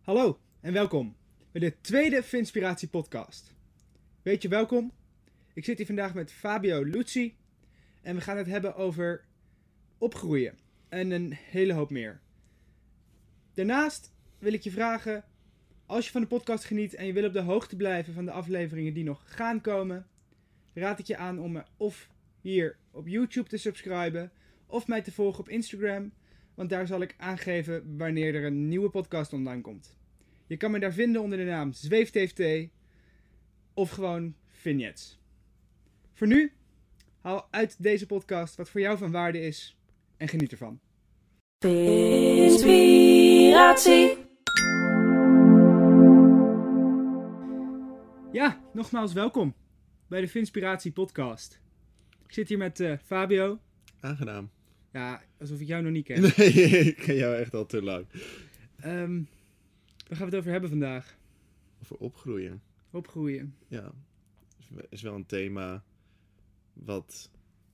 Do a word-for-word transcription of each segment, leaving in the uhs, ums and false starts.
Hallo en welkom bij de tweede Finspiratie podcast. Weet je, welkom. Ik zit hier vandaag met Fabio Luzzi en we gaan het hebben over opgroeien en een hele hoop meer. Daarnaast wil ik je vragen, als je van de podcast geniet en je wil op de hoogte blijven van de afleveringen die nog gaan komen, raad ik je aan om me of hier op YouTube te subscriben of mij te volgen op Instagram, want daar zal ik aangeven wanneer er een nieuwe podcast online komt. Je kan me daar vinden onder de naam ZweefTFT of gewoon Vignettes. Voor nu, haal uit deze podcast wat voor jou van waarde is en geniet ervan. Inspiratie. Ja, nogmaals welkom bij de Finspiratie podcast. Ik zit hier met uh, Fabio. Aangenaam. Ja, alsof ik jou nog niet ken. Nee, ik ken jou echt al te lang. Um, waar gaan we het over hebben vandaag? Over opgroeien. Opgroeien. Ja, is wel een thema wat...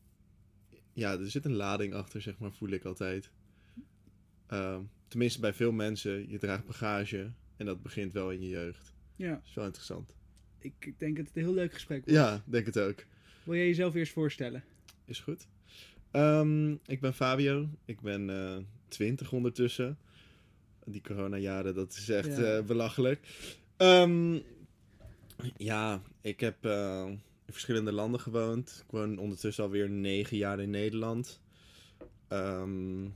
Ja, er zit een lading achter, zeg maar, voel ik altijd. Uh, tenminste bij veel mensen, je draagt bagage en dat begint wel in je jeugd. Ja. Dat is wel interessant. Ik denk dat het een heel leuk gesprek wordt. Ja, denk het ook. Wil jij jezelf eerst voorstellen? Is goed. Um, ik ben Fabio. Ik ben uh, twintig ondertussen. Die coronajaren, dat is echt ja. uh, belachelijk. Um, ja, ik heb uh, in verschillende landen gewoond. Ik woon ondertussen alweer negen jaar in Nederland. Um,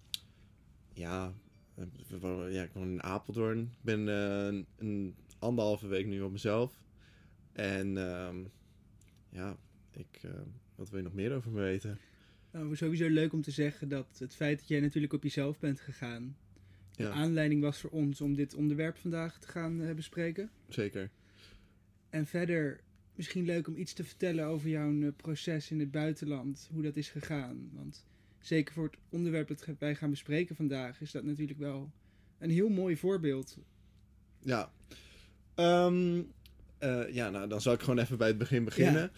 ja, ja, ik woon in Apeldoorn. Ik ben uh, een anderhalve week nu op mezelf. En um, ja, ik, uh, wat wil je nog meer over me weten? Nou, sowieso leuk om te zeggen dat het feit dat jij natuurlijk op jezelf bent gegaan... de ja. aanleiding was voor ons om dit onderwerp vandaag te gaan uh, bespreken. Zeker. En verder misschien leuk om iets te vertellen over jouw uh, proces in het buitenland. Hoe dat is gegaan. Want zeker voor het onderwerp dat wij gaan bespreken vandaag is dat natuurlijk wel een heel mooi voorbeeld. Ja. Um, uh, ja, nou dan zal ik gewoon even bij het begin beginnen. Ja.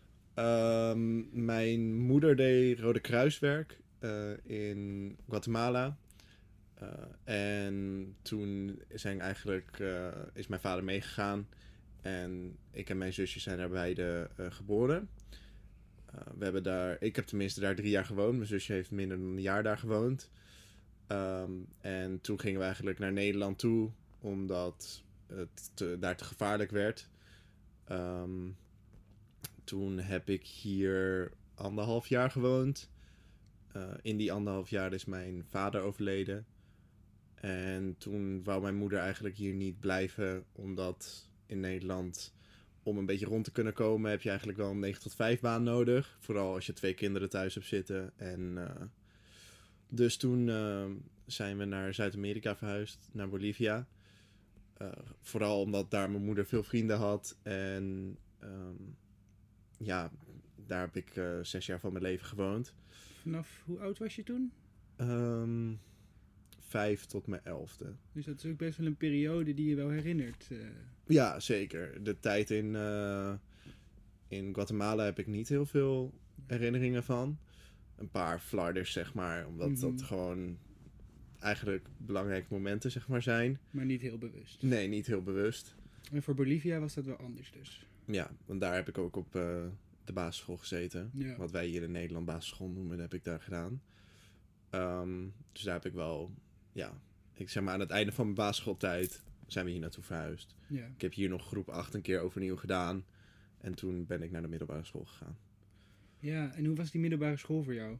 Um, mijn moeder deed Rode Kruiswerk uh, in Guatemala. Uh, en toen zijn eigenlijk, uh, is mijn vader meegegaan. En ik en mijn zusje zijn daar beide uh, geboren. Uh, we hebben daar, ik heb tenminste daar drie jaar gewoond. Mijn zusje heeft minder dan een jaar daar gewoond. Um, en toen gingen we eigenlijk naar Nederland toe. Omdat het te, daar te gevaarlijk werd. Um, Toen heb ik hier anderhalf jaar gewoond. Uh, in die anderhalf jaar is mijn vader overleden. En toen wou mijn moeder eigenlijk hier niet blijven. Omdat in Nederland, om een beetje rond te kunnen komen, heb je eigenlijk wel een negen tot vijf baan nodig. Vooral als je twee kinderen thuis hebt zitten. En, uh, dus toen uh, zijn we naar Zuid-Amerika verhuisd, naar Bolivia. Uh, vooral omdat daar mijn moeder veel vrienden had. En... Um, Ja, daar heb ik uh, zes jaar van mijn leven gewoond. Vanaf hoe oud was je toen? Um, vijf tot mijn elfde. Dus dat is ook best wel een periode die je wel herinnert. Uh... Ja, zeker. De tijd in, uh, in Guatemala heb ik niet heel veel herinneringen van. Een paar flarders, zeg maar. Omdat mm-hmm. dat gewoon eigenlijk belangrijke momenten, zeg maar, zijn. Maar niet heel bewust. Nee, niet heel bewust. En voor Bolivia was dat wel anders dus. Ja, want daar heb ik ook op uh, de basisschool gezeten. Ja. Wat wij hier in Nederland basisschool noemen, heb ik daar gedaan. Um, dus daar heb ik wel, ja, ik zeg maar aan het einde van mijn basisschooltijd zijn we hier naartoe verhuisd. Ja. Ik heb hier nog groep acht een keer overnieuw gedaan. En toen ben ik naar de middelbare school gegaan. Ja, en hoe was die middelbare school voor jou?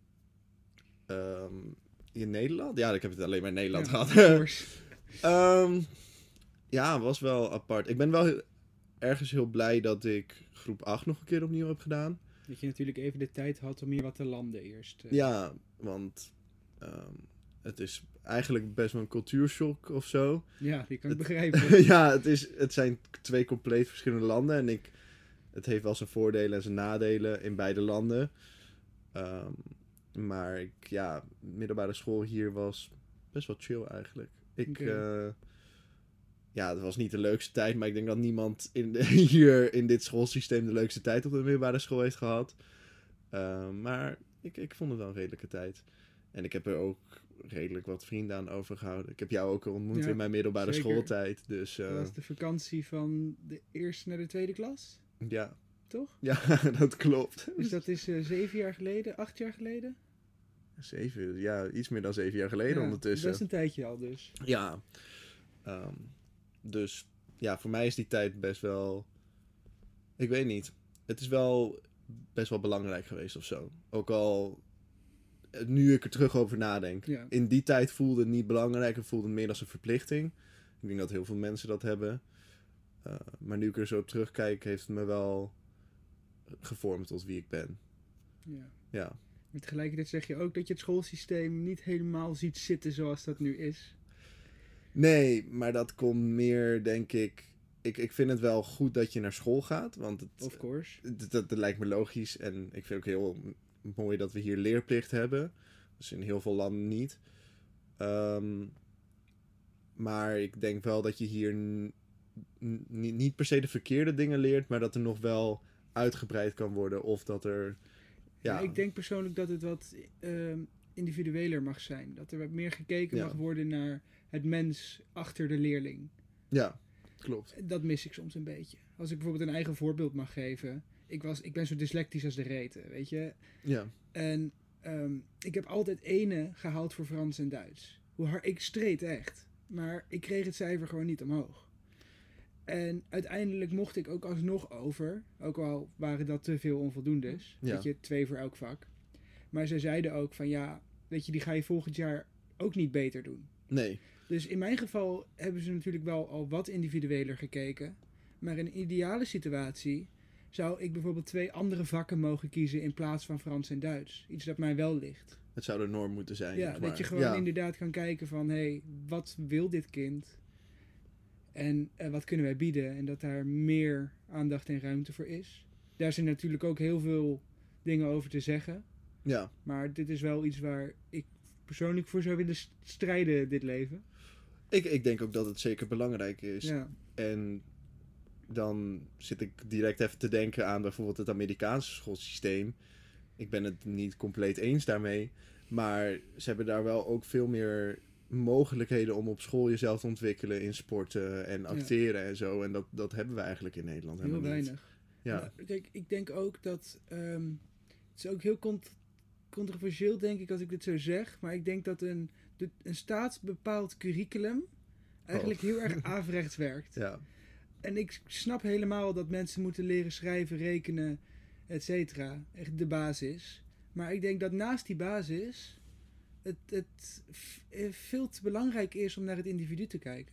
Um, in Nederland? Ja, ik heb het alleen maar in Nederland ja, gehad. um, ja, was wel apart. Ik ben wel... Heel, ergens heel blij dat ik groep acht nog een keer opnieuw heb gedaan. Dat je natuurlijk even de tijd had om hier wat te landen eerst. Uh. Ja, want um, het is eigenlijk best wel een cultuurshock of zo. Ja, die kan ik het, begrijpen. ja, het, is, het zijn twee compleet verschillende landen. En ik, het heeft wel zijn voordelen en zijn nadelen in beide landen. Um, maar ik, ja, middelbare school hier was best wel chill eigenlijk. Ik... Okay. Uh, Ja, het was niet de leukste tijd, maar ik denk dat niemand in de, hier in dit schoolsysteem de leukste tijd op de middelbare school heeft gehad. Uh, maar ik, ik vond het wel een redelijke tijd. En ik heb er ook redelijk wat vrienden aan overgehouden. Ik heb jou ook ontmoet Ja, in mijn middelbare zeker. schooltijd. Dus uh, Dat was de vakantie van de eerste naar de tweede klas, ja. toch? Ja, dat klopt. Dus dat is uh, zeven jaar geleden, acht jaar geleden? Zeven, ja, iets meer dan zeven jaar geleden Ja, ondertussen. best een tijdje al dus. Ja. Um, dus ja, voor mij is die tijd best wel... Ik weet niet. Het is wel best wel belangrijk geweest of zo. Ook al... Nu ik er terug over nadenk. Ja. In die tijd voelde het niet belangrijk. Het voelde meer als een verplichting. Ik denk dat heel veel mensen dat hebben. Uh, maar nu ik er zo op terugkijk, heeft het me wel gevormd tot wie ik ben. Ja. Ja. Maar tegelijkertijd zeg je ook dat je het schoolsysteem niet helemaal ziet zitten zoals dat nu is. Nee, maar dat komt meer, denk ik... Ik, ik vind het wel goed dat je naar school gaat. Want het, Of course. Dat, dat, dat lijkt me logisch. En ik vind ook heel mooi dat we hier leerplicht hebben. Dus in heel veel landen niet. Um, maar ik denk wel dat je hier n- n- niet per se de verkeerde dingen leert. Maar dat er nog wel uitgebreid kan worden. Of dat er... Ja, Ja, ik denk persoonlijk dat het wat uh, individueler mag zijn. Dat er wat meer gekeken Ja. mag worden naar het mens achter de leerling. Ja, klopt. Dat mis ik soms een beetje. Als ik bijvoorbeeld een eigen voorbeeld mag geven. Ik, was, ik ben zo dyslectisch als de reten, weet je. Ja, En um, ik heb altijd ene gehaald voor Frans en Duits. Hoe hard, ik streed echt. Maar ik kreeg het cijfer gewoon niet omhoog. En uiteindelijk mocht ik ook alsnog over. Ook al waren dat te veel onvoldoendes. Ja. Weet je, twee voor elk vak. Maar zij zeiden ook van ja, weet je, die ga je volgend jaar ook niet beter doen. nee. Dus in mijn geval hebben ze natuurlijk wel al wat individueler gekeken. Maar in een ideale situatie zou ik bijvoorbeeld twee andere vakken mogen kiezen in plaats van Frans en Duits. Iets dat mij wel ligt. Het zou de norm moeten zijn. Ja, zeg dat maar. je gewoon Ja. inderdaad kan kijken van hé, hey, wat wil dit kind? En uh, wat kunnen wij bieden? En dat daar meer aandacht en ruimte voor is. Daar zijn natuurlijk ook heel veel dingen over te zeggen. Ja. Maar dit is wel iets waar ik persoonlijk voor zou willen strijden dit leven. Ik, ik denk ook dat het zeker belangrijk is. Ja. En dan zit ik direct even te denken aan bijvoorbeeld het Amerikaanse schoolsysteem. Ik ben het niet compleet eens daarmee. Maar ze hebben daar wel ook veel meer mogelijkheden om op school jezelf te ontwikkelen in sporten en acteren ja. en zo. En dat, dat hebben we eigenlijk in Nederland heel helemaal weinig. niet. Ja. Nou, kijk, ik denk ook dat... Um, het is ook heel cont- controversieel, denk ik, als ik dit zo zeg. Maar ik denk dat een, de, een staatsbepaald curriculum eigenlijk oh. heel erg averechts werkt. Ja. En ik snap helemaal dat mensen moeten leren schrijven, rekenen, et cetera. Echt de basis. Maar ik denk dat naast die basis het, het veel te belangrijk is om naar het individu te kijken.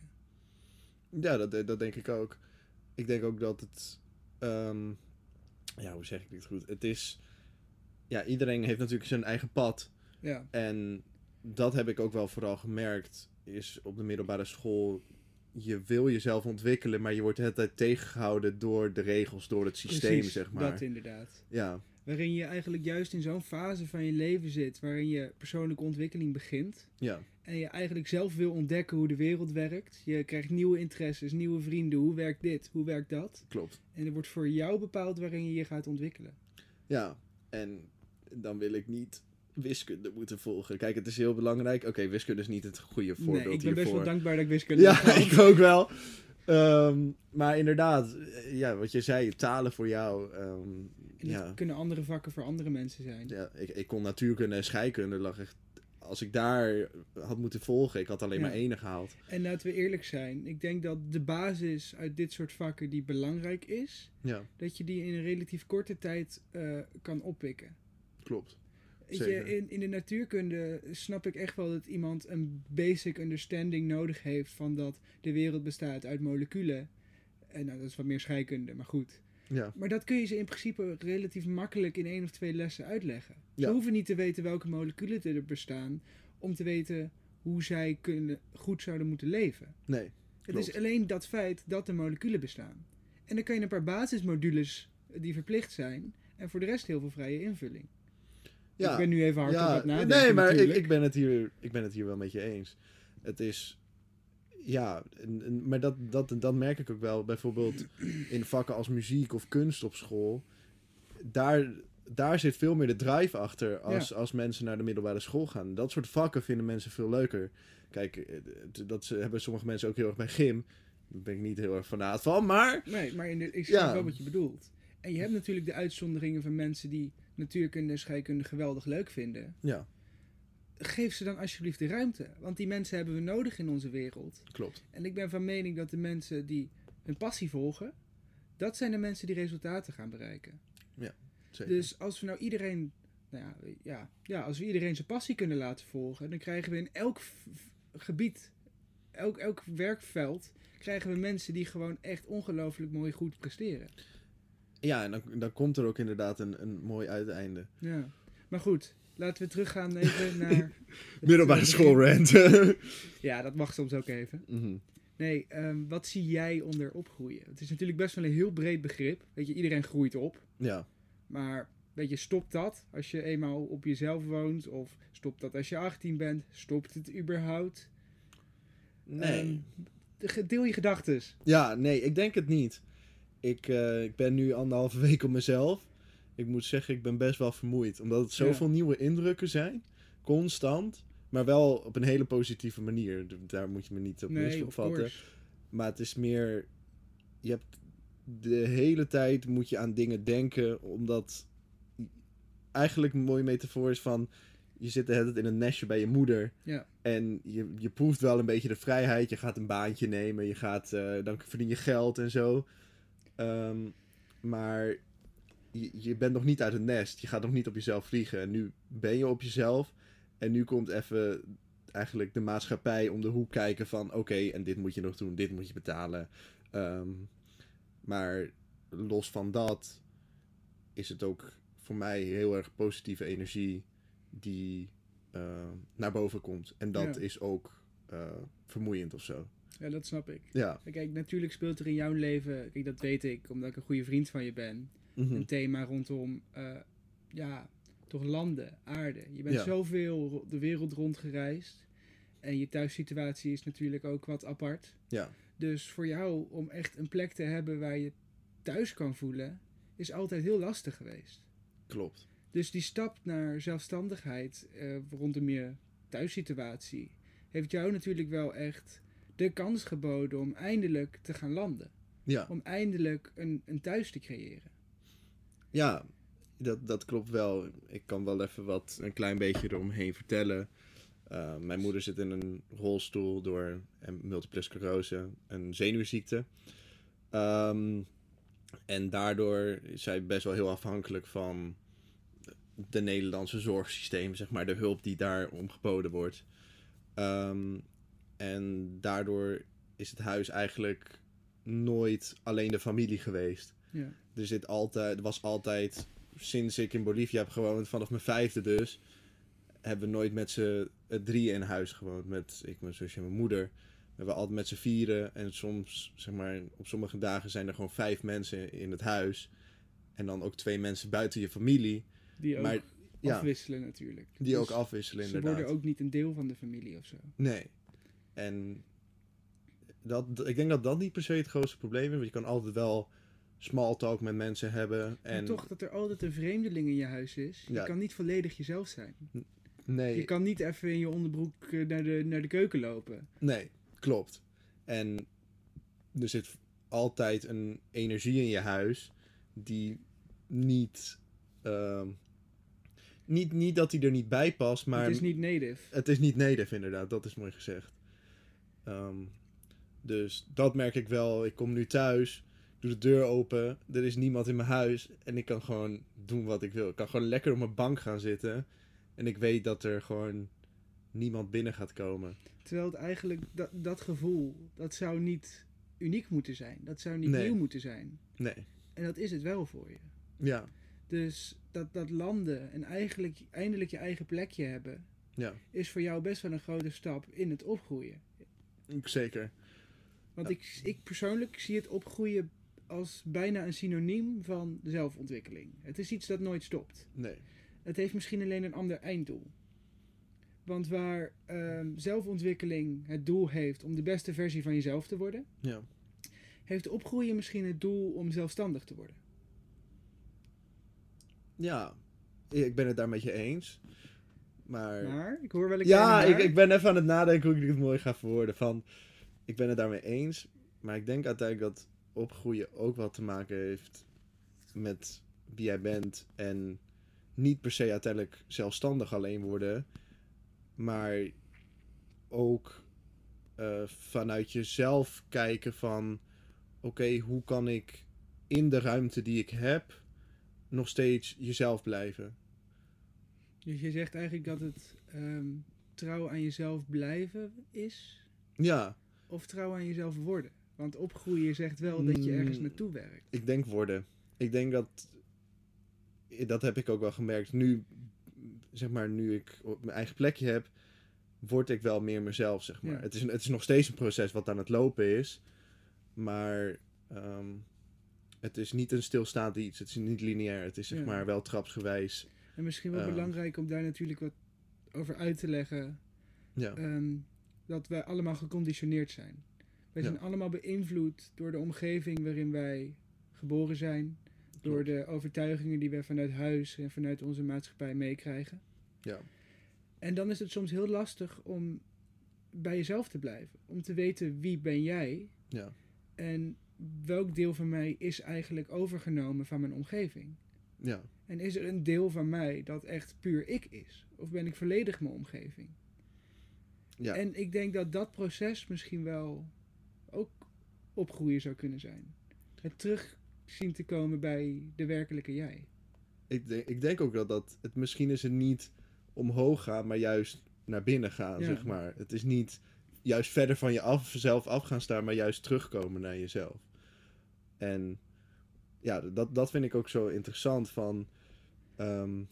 Ja, dat, dat denk ik ook. Ik denk ook dat het... Um, ja, hoe zeg ik dit goed? Het is... Ja, iedereen heeft natuurlijk zijn eigen pad. Ja. En dat heb ik ook wel vooral gemerkt. Is op de middelbare school... Je wil jezelf ontwikkelen, maar je wordt de hele tijd tegengehouden door de regels, door het systeem, Precies, zeg maar. dat inderdaad. Ja. Waarin je eigenlijk juist in zo'n fase van je leven zit, waarin je persoonlijke ontwikkeling begint. Ja. En je eigenlijk zelf wil ontdekken hoe de wereld werkt. Je krijgt nieuwe interesses, nieuwe vrienden. Hoe werkt dit? Hoe werkt dat? Klopt. En er wordt voor jou bepaald waarin je je gaat ontwikkelen. Ja, en dan wil ik niet wiskunde moeten volgen. Kijk, het is heel belangrijk. Oké, okay, wiskunde is niet het goede voorbeeld hiervoor. Nee, ik ben hiervoor. best wel dankbaar dat ik wiskunde Ja, heb ik ook wel. Um, maar inderdaad, ja, wat je zei, talen voor jou. Um, en ja. dat kunnen andere vakken voor andere mensen zijn. Ja, ik, ik kon natuurkunde en scheikunde lag echt... Als ik daar had moeten volgen, ik had alleen ja. maar ene gehaald. En laten we eerlijk zijn. Ik denk dat de basis uit dit soort vakken die belangrijk is, ja. dat je die in een relatief korte tijd uh, kan oppikken. Klopt. Weet je, in, in de natuurkunde snap ik echt wel dat iemand een basic understanding nodig heeft van dat de wereld bestaat uit moleculen. En nou, dat is wat meer scheikunde, maar goed. Ja. Maar dat kun je ze in principe relatief makkelijk in één of twee lessen uitleggen. Ja. Ze hoeven niet te weten welke moleculen er bestaan, om te weten hoe zij kunnen, goed zouden moeten leven. Nee, Het is alleen dat feit dat er moleculen bestaan. En dan kan je een paar basismodules die verplicht zijn, en voor de rest heel veel vrije invulling. Ja. Ik ben nu even hard ja. op het nadenken. Nee, maar ik, natuurlijk. ik, ben het hier, ik ben het hier wel met je eens. Het is... Ja, en, en, maar dat, dat, dat merk ik ook wel. Bijvoorbeeld in vakken als muziek of kunst op school. Daar daar zit veel meer de drive achter als, ja. als mensen naar de middelbare school gaan. Dat soort vakken vinden mensen veel leuker. Kijk, dat hebben sommige mensen ook heel erg bij gym. Daar ben ik niet heel erg fanaat van, maar... Nee, maar in de, ik snap ja. wel wat je bedoelt. En je hebt natuurlijk de uitzonderingen van mensen die natuurkunde en scheikunde geweldig leuk vinden. Ja. Geef ze dan alsjeblieft de ruimte. Want die mensen hebben we nodig in onze wereld. Klopt. En ik ben van mening dat de mensen die hun passie volgen, dat zijn de mensen die resultaten gaan bereiken. Ja, zeker. Dus als we nou iedereen, nou ja, ja, ja, als we iedereen zijn passie kunnen laten volgen, dan krijgen we in elk f- gebied, elk, elk werkveld, krijgen we mensen die gewoon echt ongelooflijk mooi goed presteren. Ja, en dan, dan komt er ook inderdaad een, een mooi uiteinde. Ja, maar goed. Laten we teruggaan even naar... middelbare schoolrant. Ja, dat mag soms ook even. Mm-hmm. Nee, um, wat zie jij onder opgroeien? Het is natuurlijk best wel een heel breed begrip. Weet je, iedereen groeit op. Ja. Maar, weet je, stopt dat als je eenmaal op jezelf woont? Of stopt dat als je achttien bent? Stopt het überhaupt? Nee. Um, deel je gedachtes. Ja, nee, ik denk het niet. Ik, uh, ik ben nu anderhalve week op mezelf. Ik moet zeggen, ik ben best wel vermoeid. Omdat het zoveel ja. nieuwe indrukken zijn. Constant. Maar wel op een hele positieve manier. Daar moet je me niet op nee, misopvatten. Maar het is meer... Je hebt de hele tijd moet je aan dingen denken. Omdat... Eigenlijk een mooie metafoor is van... Je zit de hele tijd in een nestje bij je moeder. Ja. En je, je proeft wel een beetje de vrijheid. Je gaat een baantje nemen. Je gaat... Uh, dan verdien je geld en zo. Um, maar... Je, je bent nog niet uit het nest. Je gaat nog niet op jezelf vliegen. En nu ben je op jezelf. En nu komt even eigenlijk de maatschappij om de hoek kijken van... Oké, okay, en dit moet je nog doen. Dit moet je betalen. Um, maar los van dat... is het ook voor mij heel erg positieve energie... die uh, naar boven komt. En dat ja. is ook uh, vermoeiend of zo. Ja, dat snap ik. Ja. Kijk, natuurlijk speelt er in jouw leven... Kijk, dat weet ik, omdat ik een goede vriend van je ben... Mm-hmm. Een thema rondom, uh, ja, toch landen, aarde. Je bent ja. zoveel de wereld rondgereisd. En je thuissituatie is natuurlijk ook wat apart. Ja. Dus voor jou om echt een plek te hebben waar je thuis kan voelen, is altijd heel lastig geweest. Klopt. Dus die stap naar zelfstandigheid uh, rondom je thuissituatie heeft jou natuurlijk wel echt de kans geboden om eindelijk te gaan landen. Ja. Om eindelijk een, een thuis te creëren. Ja, dat, dat klopt wel. Ik kan wel even wat, een klein beetje eromheen vertellen. Uh, mijn moeder zit in een rolstoel door multiple sclerose, een zenuwziekte. Um, en daardoor is zij best wel heel afhankelijk van de Nederlandse zorgsysteem, zeg maar, de hulp die daarom geboden wordt. Um, en daardoor is het huis eigenlijk nooit alleen de familie geweest. Ja. Er zit altijd, er was altijd, sinds ik in Bolivia heb gewoond, vanaf mijn vijfde dus, hebben we nooit met z'n drieën in huis gewoond. Met ik, mijn zusje en mijn moeder. We hebben altijd met z'n vieren. En soms, zeg maar, op sommige dagen zijn er gewoon vijf mensen in het huis. En dan ook twee mensen buiten je familie. Die ook maar, afwisselen ja, natuurlijk. Die dus ook afwisselen, ze inderdaad. Ze worden ook niet een deel van de familie of zo. Nee. En dat, ik denk dat dat niet per se het grootste probleem is. Want je kan altijd wel small talk met mensen hebben. En maar toch dat er altijd een vreemdeling in je huis is. Je ja. kan niet volledig jezelf zijn. Nee. Je kan niet even in je onderbroek naar de, naar de keuken lopen. Nee, klopt. En er zit altijd een energie in je huis die niet... Uh, niet, niet dat die er niet bij past, maar... Het is niet native. Het is niet native, inderdaad. Dat is mooi gezegd. Um, dus dat merk ik wel. Ik kom nu thuis, doe de deur open, er is niemand in mijn huis en ik kan gewoon doen wat ik wil. Ik kan gewoon lekker op mijn bank gaan zitten en ik weet dat er gewoon niemand binnen gaat komen. Terwijl het eigenlijk, dat, dat gevoel, dat zou niet uniek moeten zijn. Dat zou niet nee. nieuw moeten zijn. Nee. En dat is het wel voor je. Ja. Dus dat, dat landen en eigenlijk eindelijk je eigen plekje hebben, ja. is voor jou best wel een grote stap in het opgroeien. Zeker. Want ja. ik, ik persoonlijk zie het opgroeien als bijna een synoniem van zelfontwikkeling. Het is iets dat nooit stopt. Nee. Het heeft misschien alleen een ander einddoel. Want waar um, zelfontwikkeling het doel heeft om de beste versie van jezelf te worden, ja. heeft opgroeien misschien het doel om zelfstandig te worden. Ja, ik ben het daar met je eens. Maar... Maar, ik hoor wel een Ja, kleine ik, maar. ik ben even aan het nadenken hoe ik dit mooi ga verwoorden. Van, ik ben het daarmee eens. Maar ik denk uiteindelijk dat opgroeien ook wat te maken heeft met wie jij bent. En niet per se uiteindelijk zelfstandig alleen worden. Maar ook uh, vanuit jezelf kijken van... Oké, okay, hoe kan ik in de ruimte die ik heb nog steeds jezelf blijven? Dus je zegt eigenlijk dat het um, trouw aan jezelf blijven is? Ja. Of trouw aan jezelf worden? Want opgroeien zegt wel dat je ergens naartoe werkt. Ik denk worden. Ik denk dat... Dat heb ik ook wel gemerkt. Nu, zeg maar, nu ik op mijn eigen plekje heb, word ik wel meer mezelf, zeg maar. Ja. Het is, het is nog steeds een proces wat aan het lopen is. Maar um, het is niet een stilstaand iets. Het is niet lineair. Het is, zeg ja. maar, wel trapsgewijs. En misschien wel um, belangrijk om daar natuurlijk wat over uit te leggen. Ja. Um, dat wij allemaal geconditioneerd zijn. Wij zijn ja. allemaal beïnvloed door de omgeving waarin wij geboren zijn. Door de overtuigingen die wij vanuit huis en vanuit onze maatschappij meekrijgen. Ja. En dan is het soms heel lastig om bij jezelf te blijven. Om te weten wie ben jij. Ja. En welk deel van mij is eigenlijk overgenomen van mijn omgeving. Ja. En is er een deel van mij dat echt puur ik is? Of ben ik volledig mijn omgeving? Ja. En ik denk dat dat proces misschien wel ook opgroeien zou kunnen zijn. Het terug zien te komen bij de werkelijke jij. Ik denk, ik denk ook dat dat... Het, misschien is het niet omhoog gaan, maar juist naar binnen gaan, ja. zeg maar. Het is niet juist verder van je af, zelf af gaan staan, maar juist terugkomen naar jezelf. En ja, dat, dat vind ik ook zo interessant van... Um,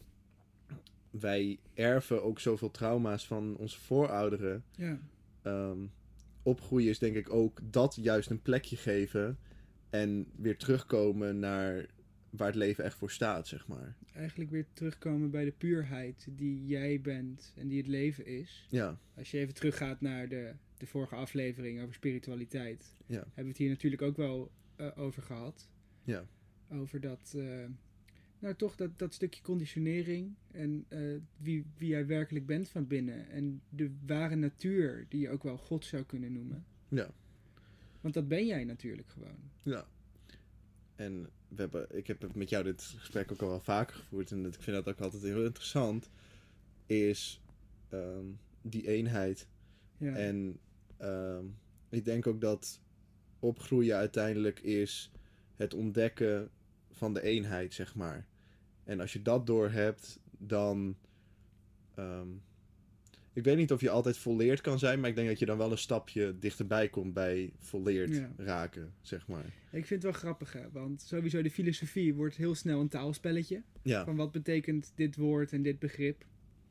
wij erven ook zoveel trauma's van onze voorouderen. Ja. Um, opgroeien is denk ik ook dat juist een plekje geven... En weer terugkomen naar waar het leven echt voor staat, zeg maar. Eigenlijk weer terugkomen bij de puurheid die jij bent en die het leven is. Ja. Als je even teruggaat naar de, de vorige aflevering over spiritualiteit. Ja. Hebben we het hier natuurlijk ook wel uh, over gehad. Ja. Over dat, uh, nou toch dat, dat stukje conditionering en uh, wie, wie jij werkelijk bent van binnen. En de ware natuur die je ook wel God zou kunnen noemen. Ja. Want dat ben jij natuurlijk gewoon. Ja. En we hebben, ik heb met jou dit gesprek ook al wel vaker gevoerd. En ik vind dat ook altijd heel interessant. Is um, die eenheid. Ja. En um, ik denk ook dat opgroeien uiteindelijk is het ontdekken van de eenheid, zeg maar. En als je dat doorhebt, dan... Um, Ik weet niet of je altijd volleerd kan zijn, maar ik denk dat je dan wel een stapje dichterbij komt bij volleerd ja. raken, zeg maar. Ik vind het wel grappig, hè? Want sowieso de filosofie wordt heel snel een taalspelletje. Ja. Van wat betekent dit woord en dit begrip.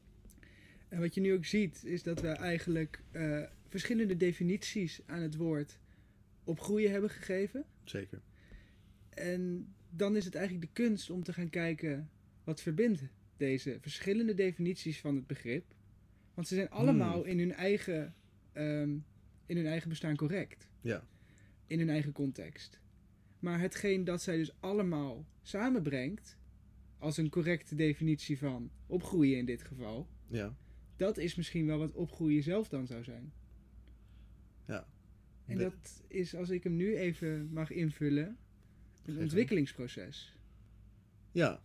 En wat je nu ook ziet, is dat we eigenlijk uh, verschillende definities aan het woord opgroeien hebben gegeven. Zeker. En dan is het eigenlijk de kunst om te gaan kijken wat verbindt deze verschillende definities van het begrip. Want ze zijn allemaal hmm. in hun eigen, um, in hun eigen bestaan correct. Ja. In hun eigen context. Maar hetgeen dat zij dus allemaal samenbrengt, als een correcte definitie van opgroeien in dit geval, ja. dat is misschien wel wat opgroeien zelf dan zou zijn. Ja. En de... dat is, als ik hem nu even mag invullen, een Geef ontwikkelingsproces. Ja.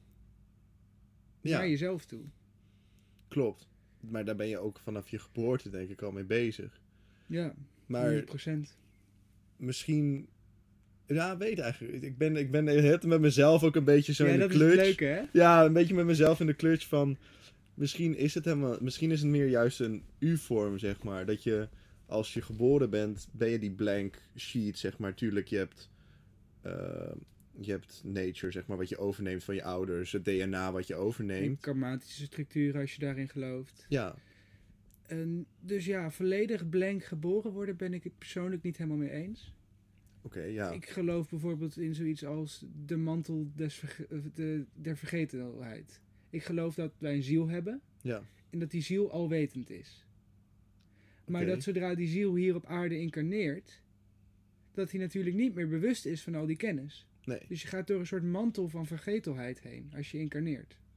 Ja. Naar jezelf toe. Klopt. Maar daar ben je ook vanaf je geboorte denk ik al mee bezig. Ja, maar honderd procent. Misschien... Ja, weet eigenlijk. Ik ben, ik ben het met mezelf ook een beetje zo ja, in de clutch. Ja, dat is het leuke, hè? Ja, een beetje met mezelf in de clutch van... Misschien is het helemaal... Misschien is het meer juist een U-vorm, zeg maar. Dat je, als je geboren bent, ben je die blank sheet, zeg maar. Tuurlijk, je hebt... Uh, je hebt nature, zeg maar, wat je overneemt van je ouders. Het D N A wat je overneemt. En karmatische structuren, als je daarin gelooft. Ja. En dus ja, volledig blank geboren worden ben ik het persoonlijk niet helemaal mee eens. Oké, okay, ja. Ik geloof bijvoorbeeld in zoiets als de mantel des verge- de, der vergetelheid. Ik geloof dat wij een ziel hebben. Ja. En dat die ziel alwetend is. Maar okay. dat zodra die ziel hier op aarde incarneert, dat hij natuurlijk niet meer bewust is van al die kennis. Nee. Dus je gaat door een soort mantel van vergetelheid heen als je incarneert.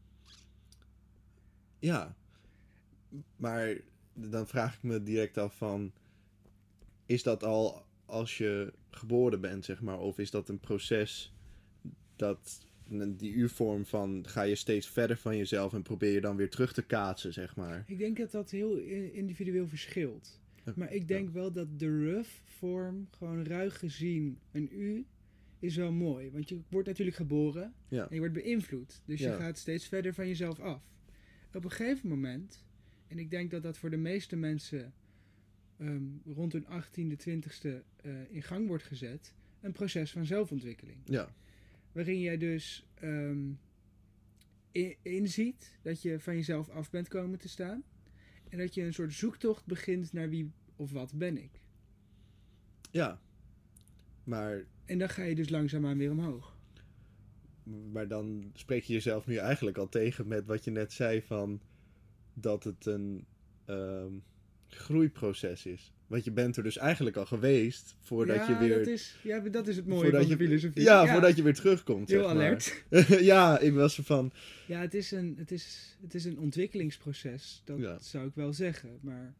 Ja. Maar dan vraag ik me direct af van... Is dat al als je geboren bent, zeg maar? Of is dat een proces dat... Die U-vorm van ga je steeds verder van jezelf en probeer je dan weer terug te kaatsen, zeg maar. Ik denk dat dat heel individueel verschilt. Maar ik denk ja. wel dat de rough vorm, gewoon ruig gezien, een U, is wel mooi. Want je wordt natuurlijk geboren ja. en je wordt beïnvloed. Dus ja. je gaat steeds verder van jezelf af. Op een gegeven moment, en ik denk dat dat voor de meeste mensen um, rond hun achttiende, twintigste uh, in gang wordt gezet, een proces van zelfontwikkeling. Ja. Waarin jij dus um, in, inziet dat je van jezelf af bent komen te staan. En dat je een soort zoektocht begint naar wie of wat ben ik. Ja, maar... En dan ga je dus langzaamaan weer omhoog. Maar dan spreek je jezelf nu eigenlijk al tegen met wat je net zei van... dat het een um, groeiproces is. Want je bent er dus eigenlijk al geweest voordat ja, je weer... Dat is, ja, dat is het mooie van de je, filosofie. Ja, ja, voordat je weer terugkomt. Heel zeg alert. Maar. Ja, ik was er van... Ja, het is een, het is, het is een ontwikkelingsproces. Dat ja. zou ik wel zeggen. Maar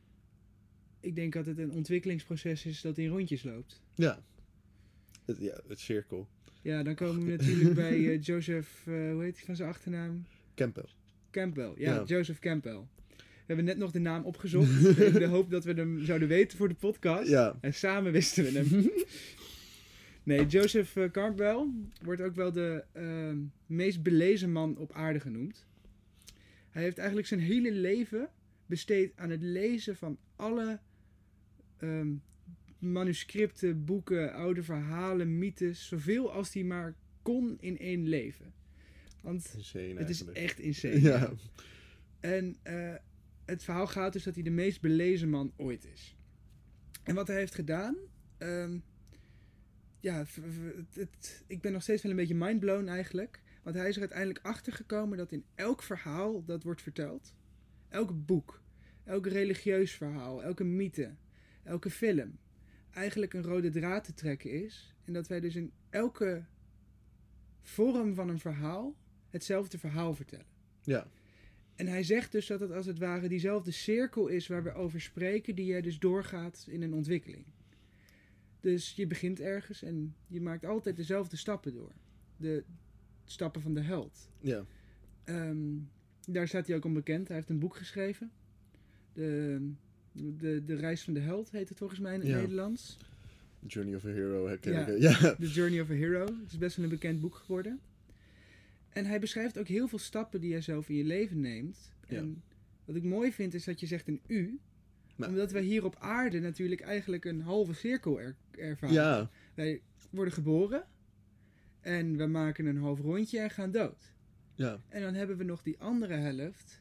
ik denk dat het een ontwikkelingsproces is dat in rondjes loopt. Ja, het, ja, het cirkel. Ja, dan komen we natuurlijk bij uh, Joseph... Uh, hoe heet hij van zijn achternaam? Campbell. Campbell, ja, ja. Joseph Campbell. We hebben net nog de naam opgezocht. In de hoop dat we hem zouden weten voor de podcast. Ja. En samen wisten we hem. Nee, Joseph uh, Campbell wordt ook wel de uh, meest belezen man op aarde genoemd. Hij heeft eigenlijk zijn hele leven besteed aan het lezen van alle um, manuscripten, boeken, oude verhalen, mythes. Zoveel als hij maar kon in één leven. Want insane, het is eigenlijk. echt insane. Ja. Ja. En uh, het verhaal gaat dus dat hij de meest belezen man ooit is. En wat hij heeft gedaan... Um, ja, het, het, ik ben nog steeds wel een beetje mindblown eigenlijk. Want hij is er uiteindelijk achter gekomen dat in elk verhaal dat wordt verteld... elk boek, elk religieus verhaal, elke mythe, elke film... eigenlijk een rode draad te trekken is. En dat wij dus in elke vorm van een verhaal hetzelfde verhaal vertellen. Ja. En hij zegt dus dat het als het ware diezelfde cirkel is waar we over spreken, die jij dus doorgaat in een ontwikkeling. Dus je begint ergens en je maakt altijd dezelfde stappen door. De stappen van de held. Ja. Um, daar staat hij ook onbekend. Hij heeft een boek geschreven. De, de, de Reis van de Held heet het volgens mij in het ja. Nederlands. Journey of a Hero. Herken ja, ik. Ja, The Journey of a Hero. Het is best wel een bekend boek geworden. En hij beschrijft ook heel veel stappen die jij zelf in je leven neemt. Ja. En wat ik mooi vind is dat je zegt een U. Maar, omdat wij hier op aarde natuurlijk eigenlijk een halve cirkel er, ervaren. Ja. Wij worden geboren. En we maken een half rondje en gaan dood. Ja. En dan hebben we nog die andere helft.